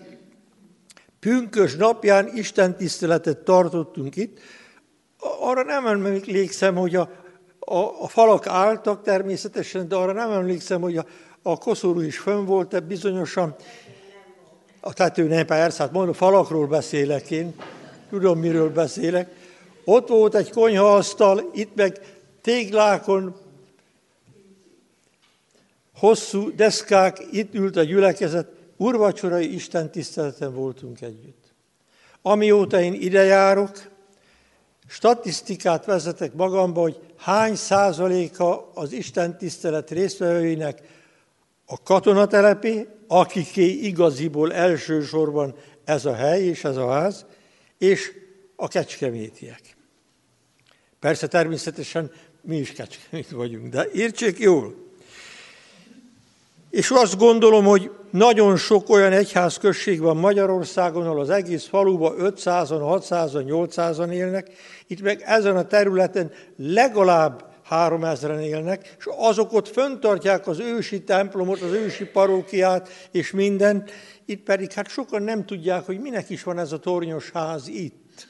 pünkös napján istentiszteletet tartottunk itt. Arra nem emlékszem, hogy a falak álltak természetesen, de arra nem emlékszem, hogy a koszorú is fönn volt, de bizonyosan a tető nem, persze, hát mondom, falakról beszélek én, tudom, miről beszélek. Ott volt egy konyhaasztal, itt meg téglákon, hosszú deszkák, itt ült a gyülekezet, úrvacsorai istentiszteleten voltunk együtt. Amióta én ide járok, statisztikát vezetek magamba, hogy hány százaléka az istentisztelet résztvevőinek a katonatelepi, akiké igaziból elsősorban ez a hely és ez a ház, és a kecskemétiek. Persze természetesen mi is Kecskemét vagyunk, de értsék jól. És azt gondolom, hogy nagyon sok olyan egyházközség van Magyarországon, ahol az egész faluban 500-an, 600-an, 800-an élnek, itt meg ezen a területen legalább 3000-en élnek, és azok ott fenntartják az ősi templomot, az ősi parókiát, és mindent, itt pedig hát sokan nem tudják, hogy minek is van ez a tornyos ház itt.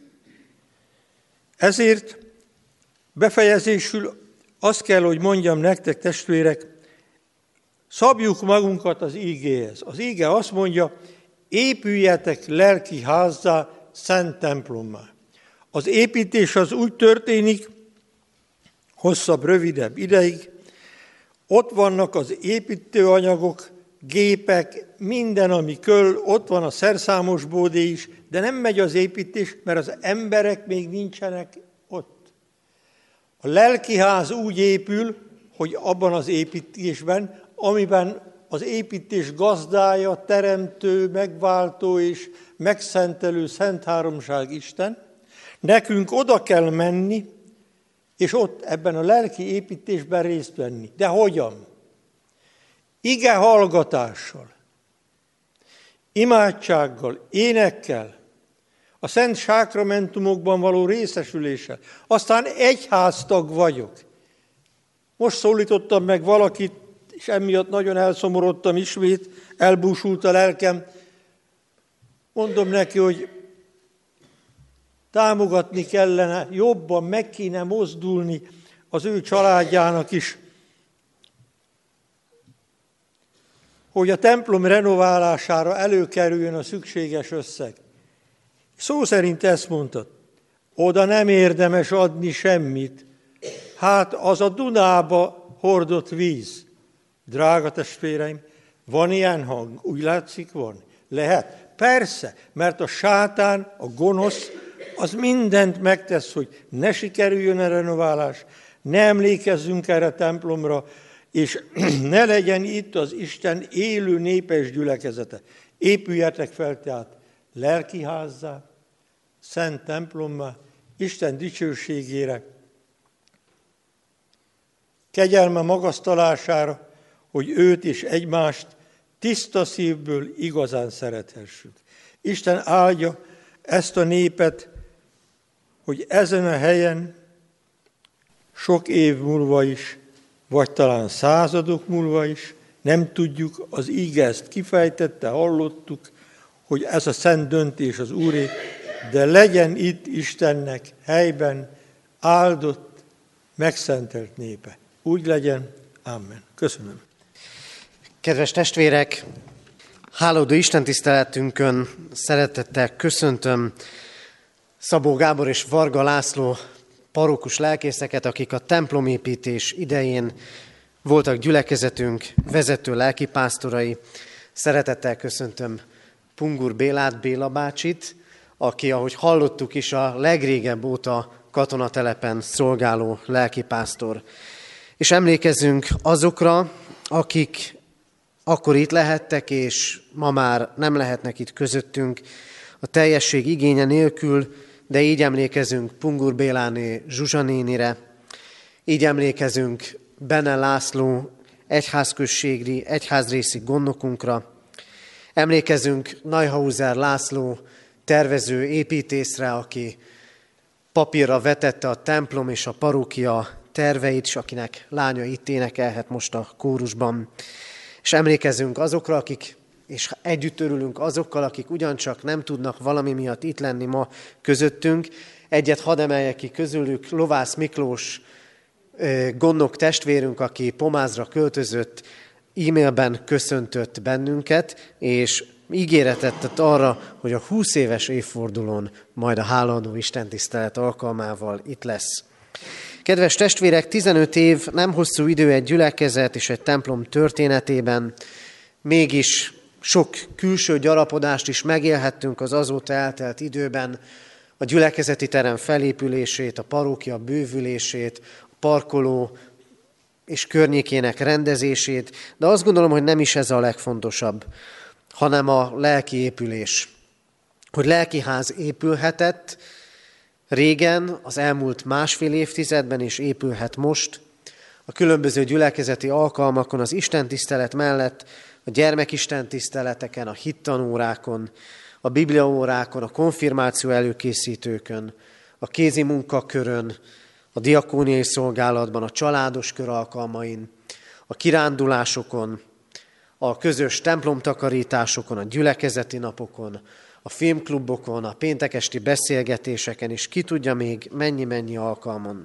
Ezért befejezésül azt kell, hogy mondjam nektek, testvérek, szabjuk magunkat az ígéhez. Az íge azt mondja, épüljetek lelki házzá, szent templommá. Az építés az úgy történik, hosszabb, rövidebb ideig. Ott vannak az építőanyagok, gépek, minden, ami köl, ott van a szerszámos bódé is, de nem megy az építés, mert az emberek még nincsenek ott. A lelkiház úgy épül, hogy abban az építésben, amiben az építés gazdája, teremtő, megváltó és megszentelő Szent Háromság Isten, nekünk oda kell menni, és ott ebben a lelki építésben részt venni. De hogyan? Ige hallgatással, imádsággal, énekkel, a szent sákramentumokban való részesüléssel. Aztán egyháztag vagyok. Most szólítottam meg valakit, és emiatt nagyon elszomorodtam ismét, elbúsult a lelkem. Mondom neki, hogy támogatni kellene, jobban meg kéne mozdulni az ő családjának is, hogy a templom renoválására előkerüljön a szükséges összeg. Szó szerint ezt mondtad, oda nem érdemes adni semmit, hát az a Dunába hordott víz. Drága testvéreim, van ilyen hang? Úgy látszik, van. Lehet? Persze, mert a sátán, a gonosz, az mindent megtesz, hogy ne sikerüljön a renoválás, ne emlékezzünk erre a templomra, és ne legyen itt az Isten élő népes gyülekezete. Épüljetek fel tehát lelkiházzá, szent templommá, Isten dicsőségére, kegyelme magasztalására, hogy őt és egymást tiszta szívből igazán szerethessük. Isten áldja ezt a népet, hogy ezen a helyen sok év múlva is, vagy talán századok múlva is, nem tudjuk, az íge ezt kifejtette, hallottuk, hogy ez a szent döntés az Úré, de legyen itt Istennek helyben áldott, megszentelt népe. Úgy legyen. Amen. Köszönöm. Kedves testvérek, hálódó istentiszteletünkön szeretettel köszöntöm Szabó Gábor és Varga László parókus lelkészeket, akik a templomépítés idején voltak gyülekezetünk vezető lelkipásztorai. Szeretettel köszöntöm Pungur Bélát, Béla bácsit, aki, ahogy hallottuk is, a legrégebb óta katonatelepen szolgáló lelkipásztor. És emlékezzünk azokra, akik akkor itt lehettek, és ma már nem lehetnek itt közöttünk, a teljesség igénye nélkül, de így emlékezünk Pungur Béláné Zsuzsa nénire, így emlékezünk Benne László egyházközségi, egyházrészi gondnokunkra, emlékezünk Neuhauser László tervező építészre, aki papírra vetette a templom és a parókia terveit, és akinek lánya itt énekelhet most a kórusban. És emlékezünk azokra, akik, és együtt örülünk azokkal, akik ugyancsak nem tudnak valami miatt itt lenni ma közöttünk. Egyet hadd emeljek ki közülük, Lovász Miklós gondnok testvérünk, aki Pomázra költözött, e-mailben köszöntött bennünket, és ígéretet tett arra, hogy a 20 éves évfordulón majd a hálaadó istentisztelet alkalmával itt lesz. Kedves testvérek, 15 év nem hosszú idő egy gyülekezet és egy templom történetében, mégis Sok külső gyarapodást is megélhettünk az azóta eltelt időben, a gyülekezeti terem felépülését, a parókia bővülését, a parkoló és környékének rendezését, de azt gondolom, hogy nem is ez a legfontosabb, hanem a lelki épülés. Hogy lelkiház épülhetett régen, az elmúlt 1,5 évtizedben, és épülhet most, a különböző gyülekezeti alkalmakon, az istentisztelet mellett, a gyermekistentiszteleteken, a hittanórákon, a bibliaórákon, a konfirmáció előkészítőkön, a kézi munkakörön, a diakóniai szolgálatban, a családos kör alkalmain, a kirándulásokon, a közös templomtakarításokon, a gyülekezeti napokon, a filmklubokon, a péntekesti beszélgetéseken, és ki tudja még mennyi alkalmon.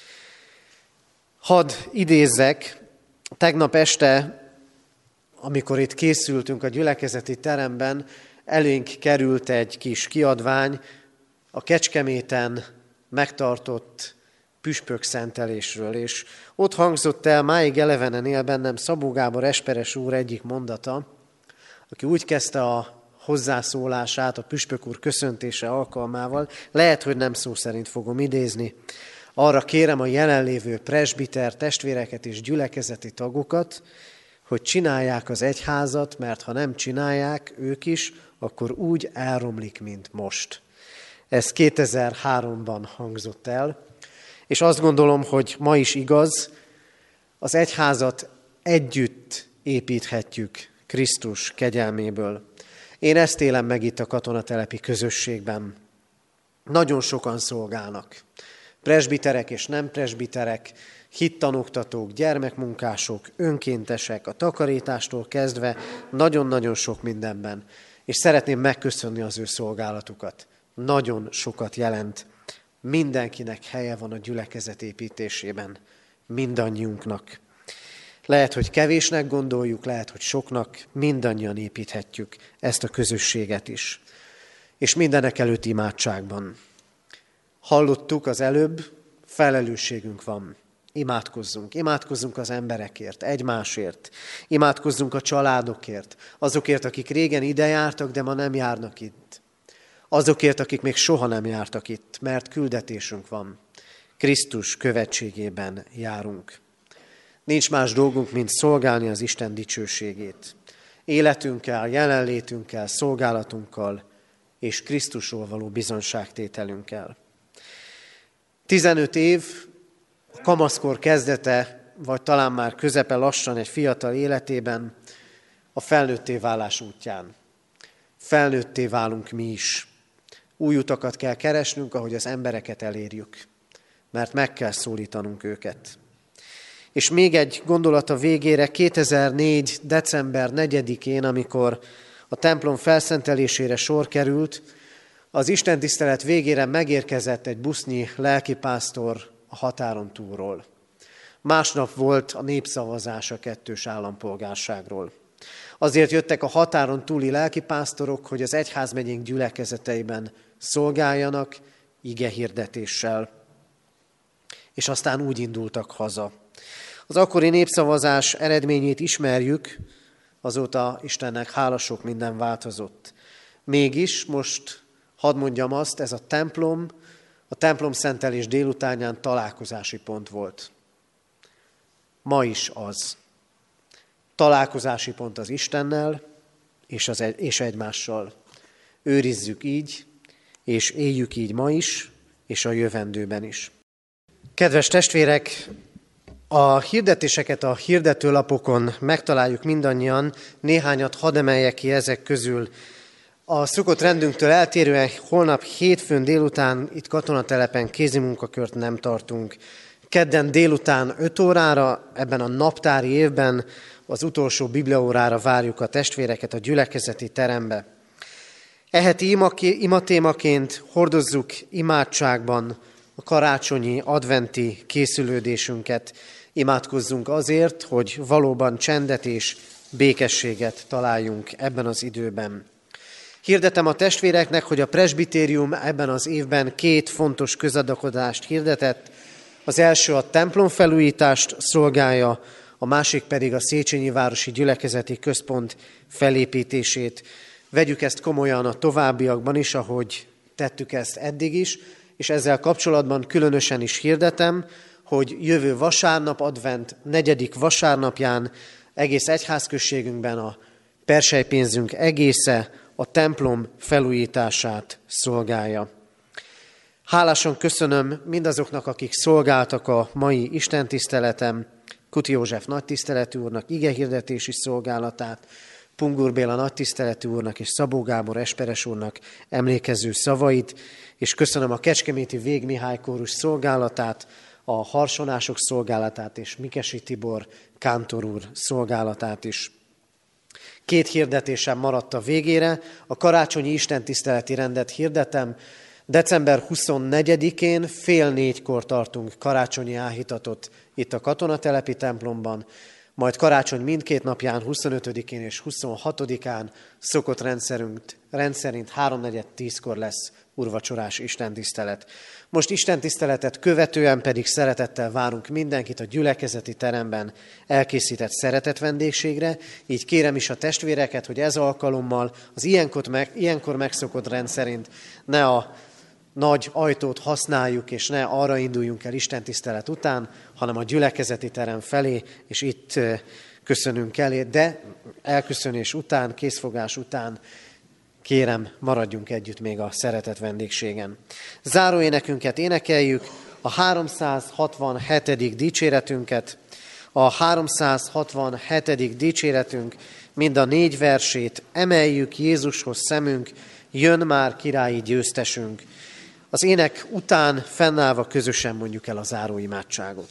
Hadd idézzek, tegnap este, amikor itt készültünk a gyülekezeti teremben, elénk került egy kis kiadvány a Kecskeméten megtartott püspökszentelésről, és ott hangzott el, máig elevenen él bennem Szabó Gábor Esperes úr egyik mondata, aki úgy kezdte a hozzászólását a püspök úr köszöntése alkalmával, lehet, hogy nem szó szerint fogom idézni, arra kérem a jelenlévő presbiter testvéreket és gyülekezeti tagokat, hogy csinálják az egyházat, mert ha nem csinálják ők is, akkor úgy elromlik, mint most. Ez 2003-ban hangzott el, és azt gondolom, hogy ma is igaz, az egyházat együtt építhetjük Krisztus kegyelméből. Én ezt élem meg itt a katonatelepi közösségben. Nagyon sokan szolgálnak. Presbiterek és nem presbiterek, hittanoktatók, gyermekmunkások, önkéntesek, a takarítástól kezdve nagyon-nagyon sok mindenben. És szeretném megköszönni az ő szolgálatukat. Nagyon sokat jelent. Mindenkinek helye van a gyülekezet építésében. Mindannyiunknak. Lehet, hogy kevésnek gondoljuk, lehet, hogy soknak, mindannyian építhetjük ezt a közösséget is. És mindenek előtt imádságban. Hallottuk az előbb, felelősségünk van. Imádkozzunk az emberekért, egymásért. Imádkozzunk a családokért, azokért, akik régen ide jártak, de ma nem járnak itt. Azokért, akik még soha nem jártak itt, mert küldetésünk van. Krisztus követségében járunk. Nincs más dolgunk, mint szolgálni az Isten dicsőségét. Életünkkel, jelenlétünkkel, szolgálatunkkal és Krisztusról való bizonyságtételünkkel. 15 év, kamaszkor kezdete, vagy talán már közepe lassan egy fiatal életében, a felnőtté válás útján. Felnőtté válunk mi is. Új utakat kell keresnünk, ahogy az embereket elérjük, mert meg kell szólítanunk őket. És még egy gondolat a végére, 2004. december 4-én, amikor a templom felszentelésére sor került, az istentisztelet végére megérkezett egy busznyi lelkipásztor a határon túlról. Másnap volt a népszavazás a 2-s állampolgárságról. Azért jöttek a határon túli lelkipásztorok, hogy az egyházmegyénk gyülekezeteiben szolgáljanak igehirdetéssel. És aztán úgy indultak haza. Az akkori népszavazás eredményét ismerjük, azóta Istennek hála sok minden változott. Mégis most hadd mondjam azt, ez a templomszentelés délutánján találkozási pont volt. Ma is az. Találkozási pont az Istennel és egymással. Őrizzük így, és éljük így ma is, és a jövendőben is. Kedves testvérek, a hirdetéseket a hirdetőlapokon megtaláljuk mindannyian, néhányat hadd emeljek ki ezek közül. A szokott rendünktől eltérően holnap hétfőn délután itt katonatelepen kézimunkakört nem tartunk. Kedden délután 5 órára, ebben a naptári évben az utolsó bibliaórára várjuk a testvéreket a gyülekezeti terembe. Eheti imatémaként hordozzuk imádságban a karácsonyi adventi készülődésünket. Imádkozzunk azért, hogy valóban csendet és békességet találjunk ebben az időben. Hirdetem a testvéreknek, hogy a presbitérium ebben az évben 2 fontos közadakozást hirdetett. Az első a templomfelújítást szolgálja, a másik pedig a Széchenyi Városi Gyülekezeti Központ felépítését. Vegyük ezt komolyan a továbbiakban is, ahogy tettük ezt eddig is, és ezzel kapcsolatban különösen is hirdetem, hogy jövő vasárnap, advent 4. vasárnapján egész egyházközségünkben a perselypénzünk egésze a templom felújítását szolgálja. Hálásan köszönöm mindazoknak, akik szolgáltak a mai istentiszteletem, Kuti József nagytiszteletű úrnak igehirdetési szolgálatát, Pungur Béla nagytiszteletű úrnak és Szabó Gábor esperes úrnak emlékező szavait, és köszönöm a Kecskeméti Vég Mihály kórus szolgálatát, a harsonások szolgálatát és Mikesi Tibor kántor úr szolgálatát is. 2 hirdetésem maradt a végére, a karácsonyi istentiszteleti rendet hirdetem. December 24-én fél 4-kor tartunk karácsonyi áhítatot itt a katonatelepi templomban, majd karácsony mindkét napján, 25-én és 26-án szokott rendszerint 3-4-10-kor lesz úrvacsorás istentisztelet. Most istentiszteletet követően pedig szeretettel várunk mindenkit a gyülekezeti teremben elkészített szeretett vendégségre, így kérem is a testvéreket, hogy ez alkalommal az ilyenkor megszokott rendszerint ne a nagy ajtót használjuk, és ne arra induljunk el istentisztelet után, hanem a gyülekezeti terem felé, és itt köszönünk elé, de elköszönés után, készfogás után kérem, maradjunk együtt még a szeretett vendégségen. Záróénekünket énekeljük, a 367. dicséretünket, a 367. dicséretünk mind a 4 versét, emeljük Jézushoz szemünk, jön már királyi győztesünk. Az ének után fennállva közösen mondjuk el a záróimádságot.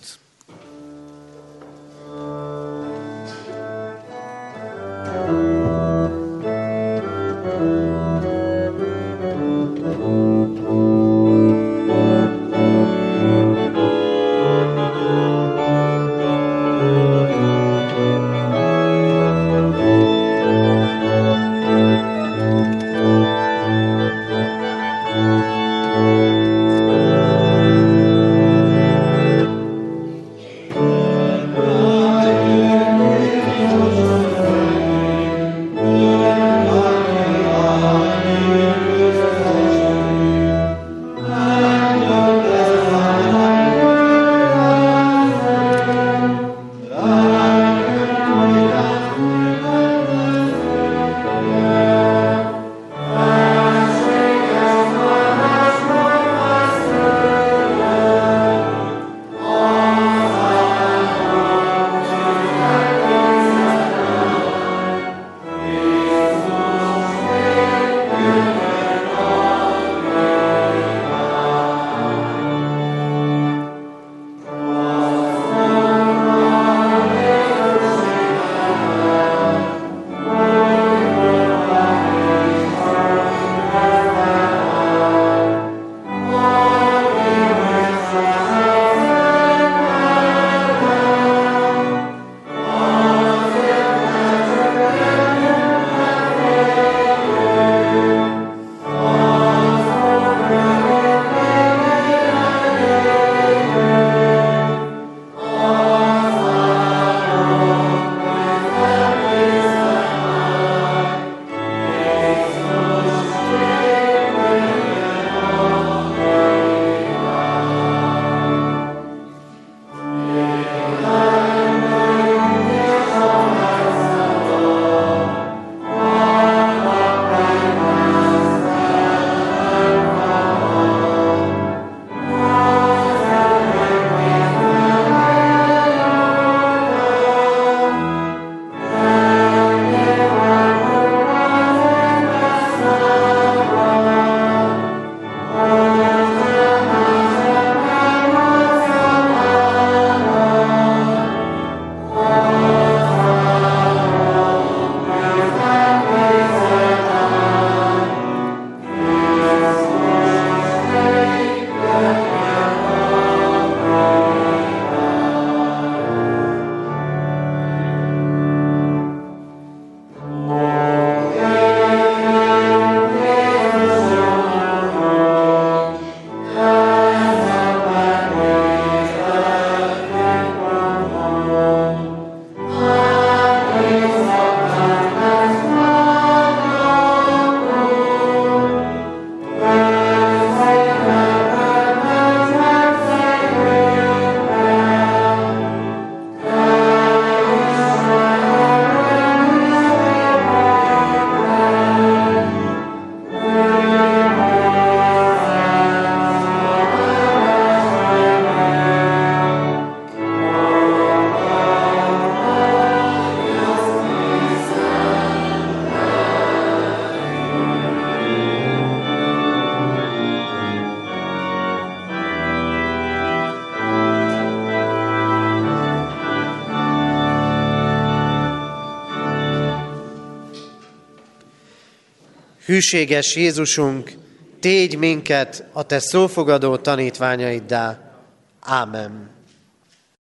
Hűséges Jézusunk, tégy minket a te szófogadó tanítványaiddá. Ámen.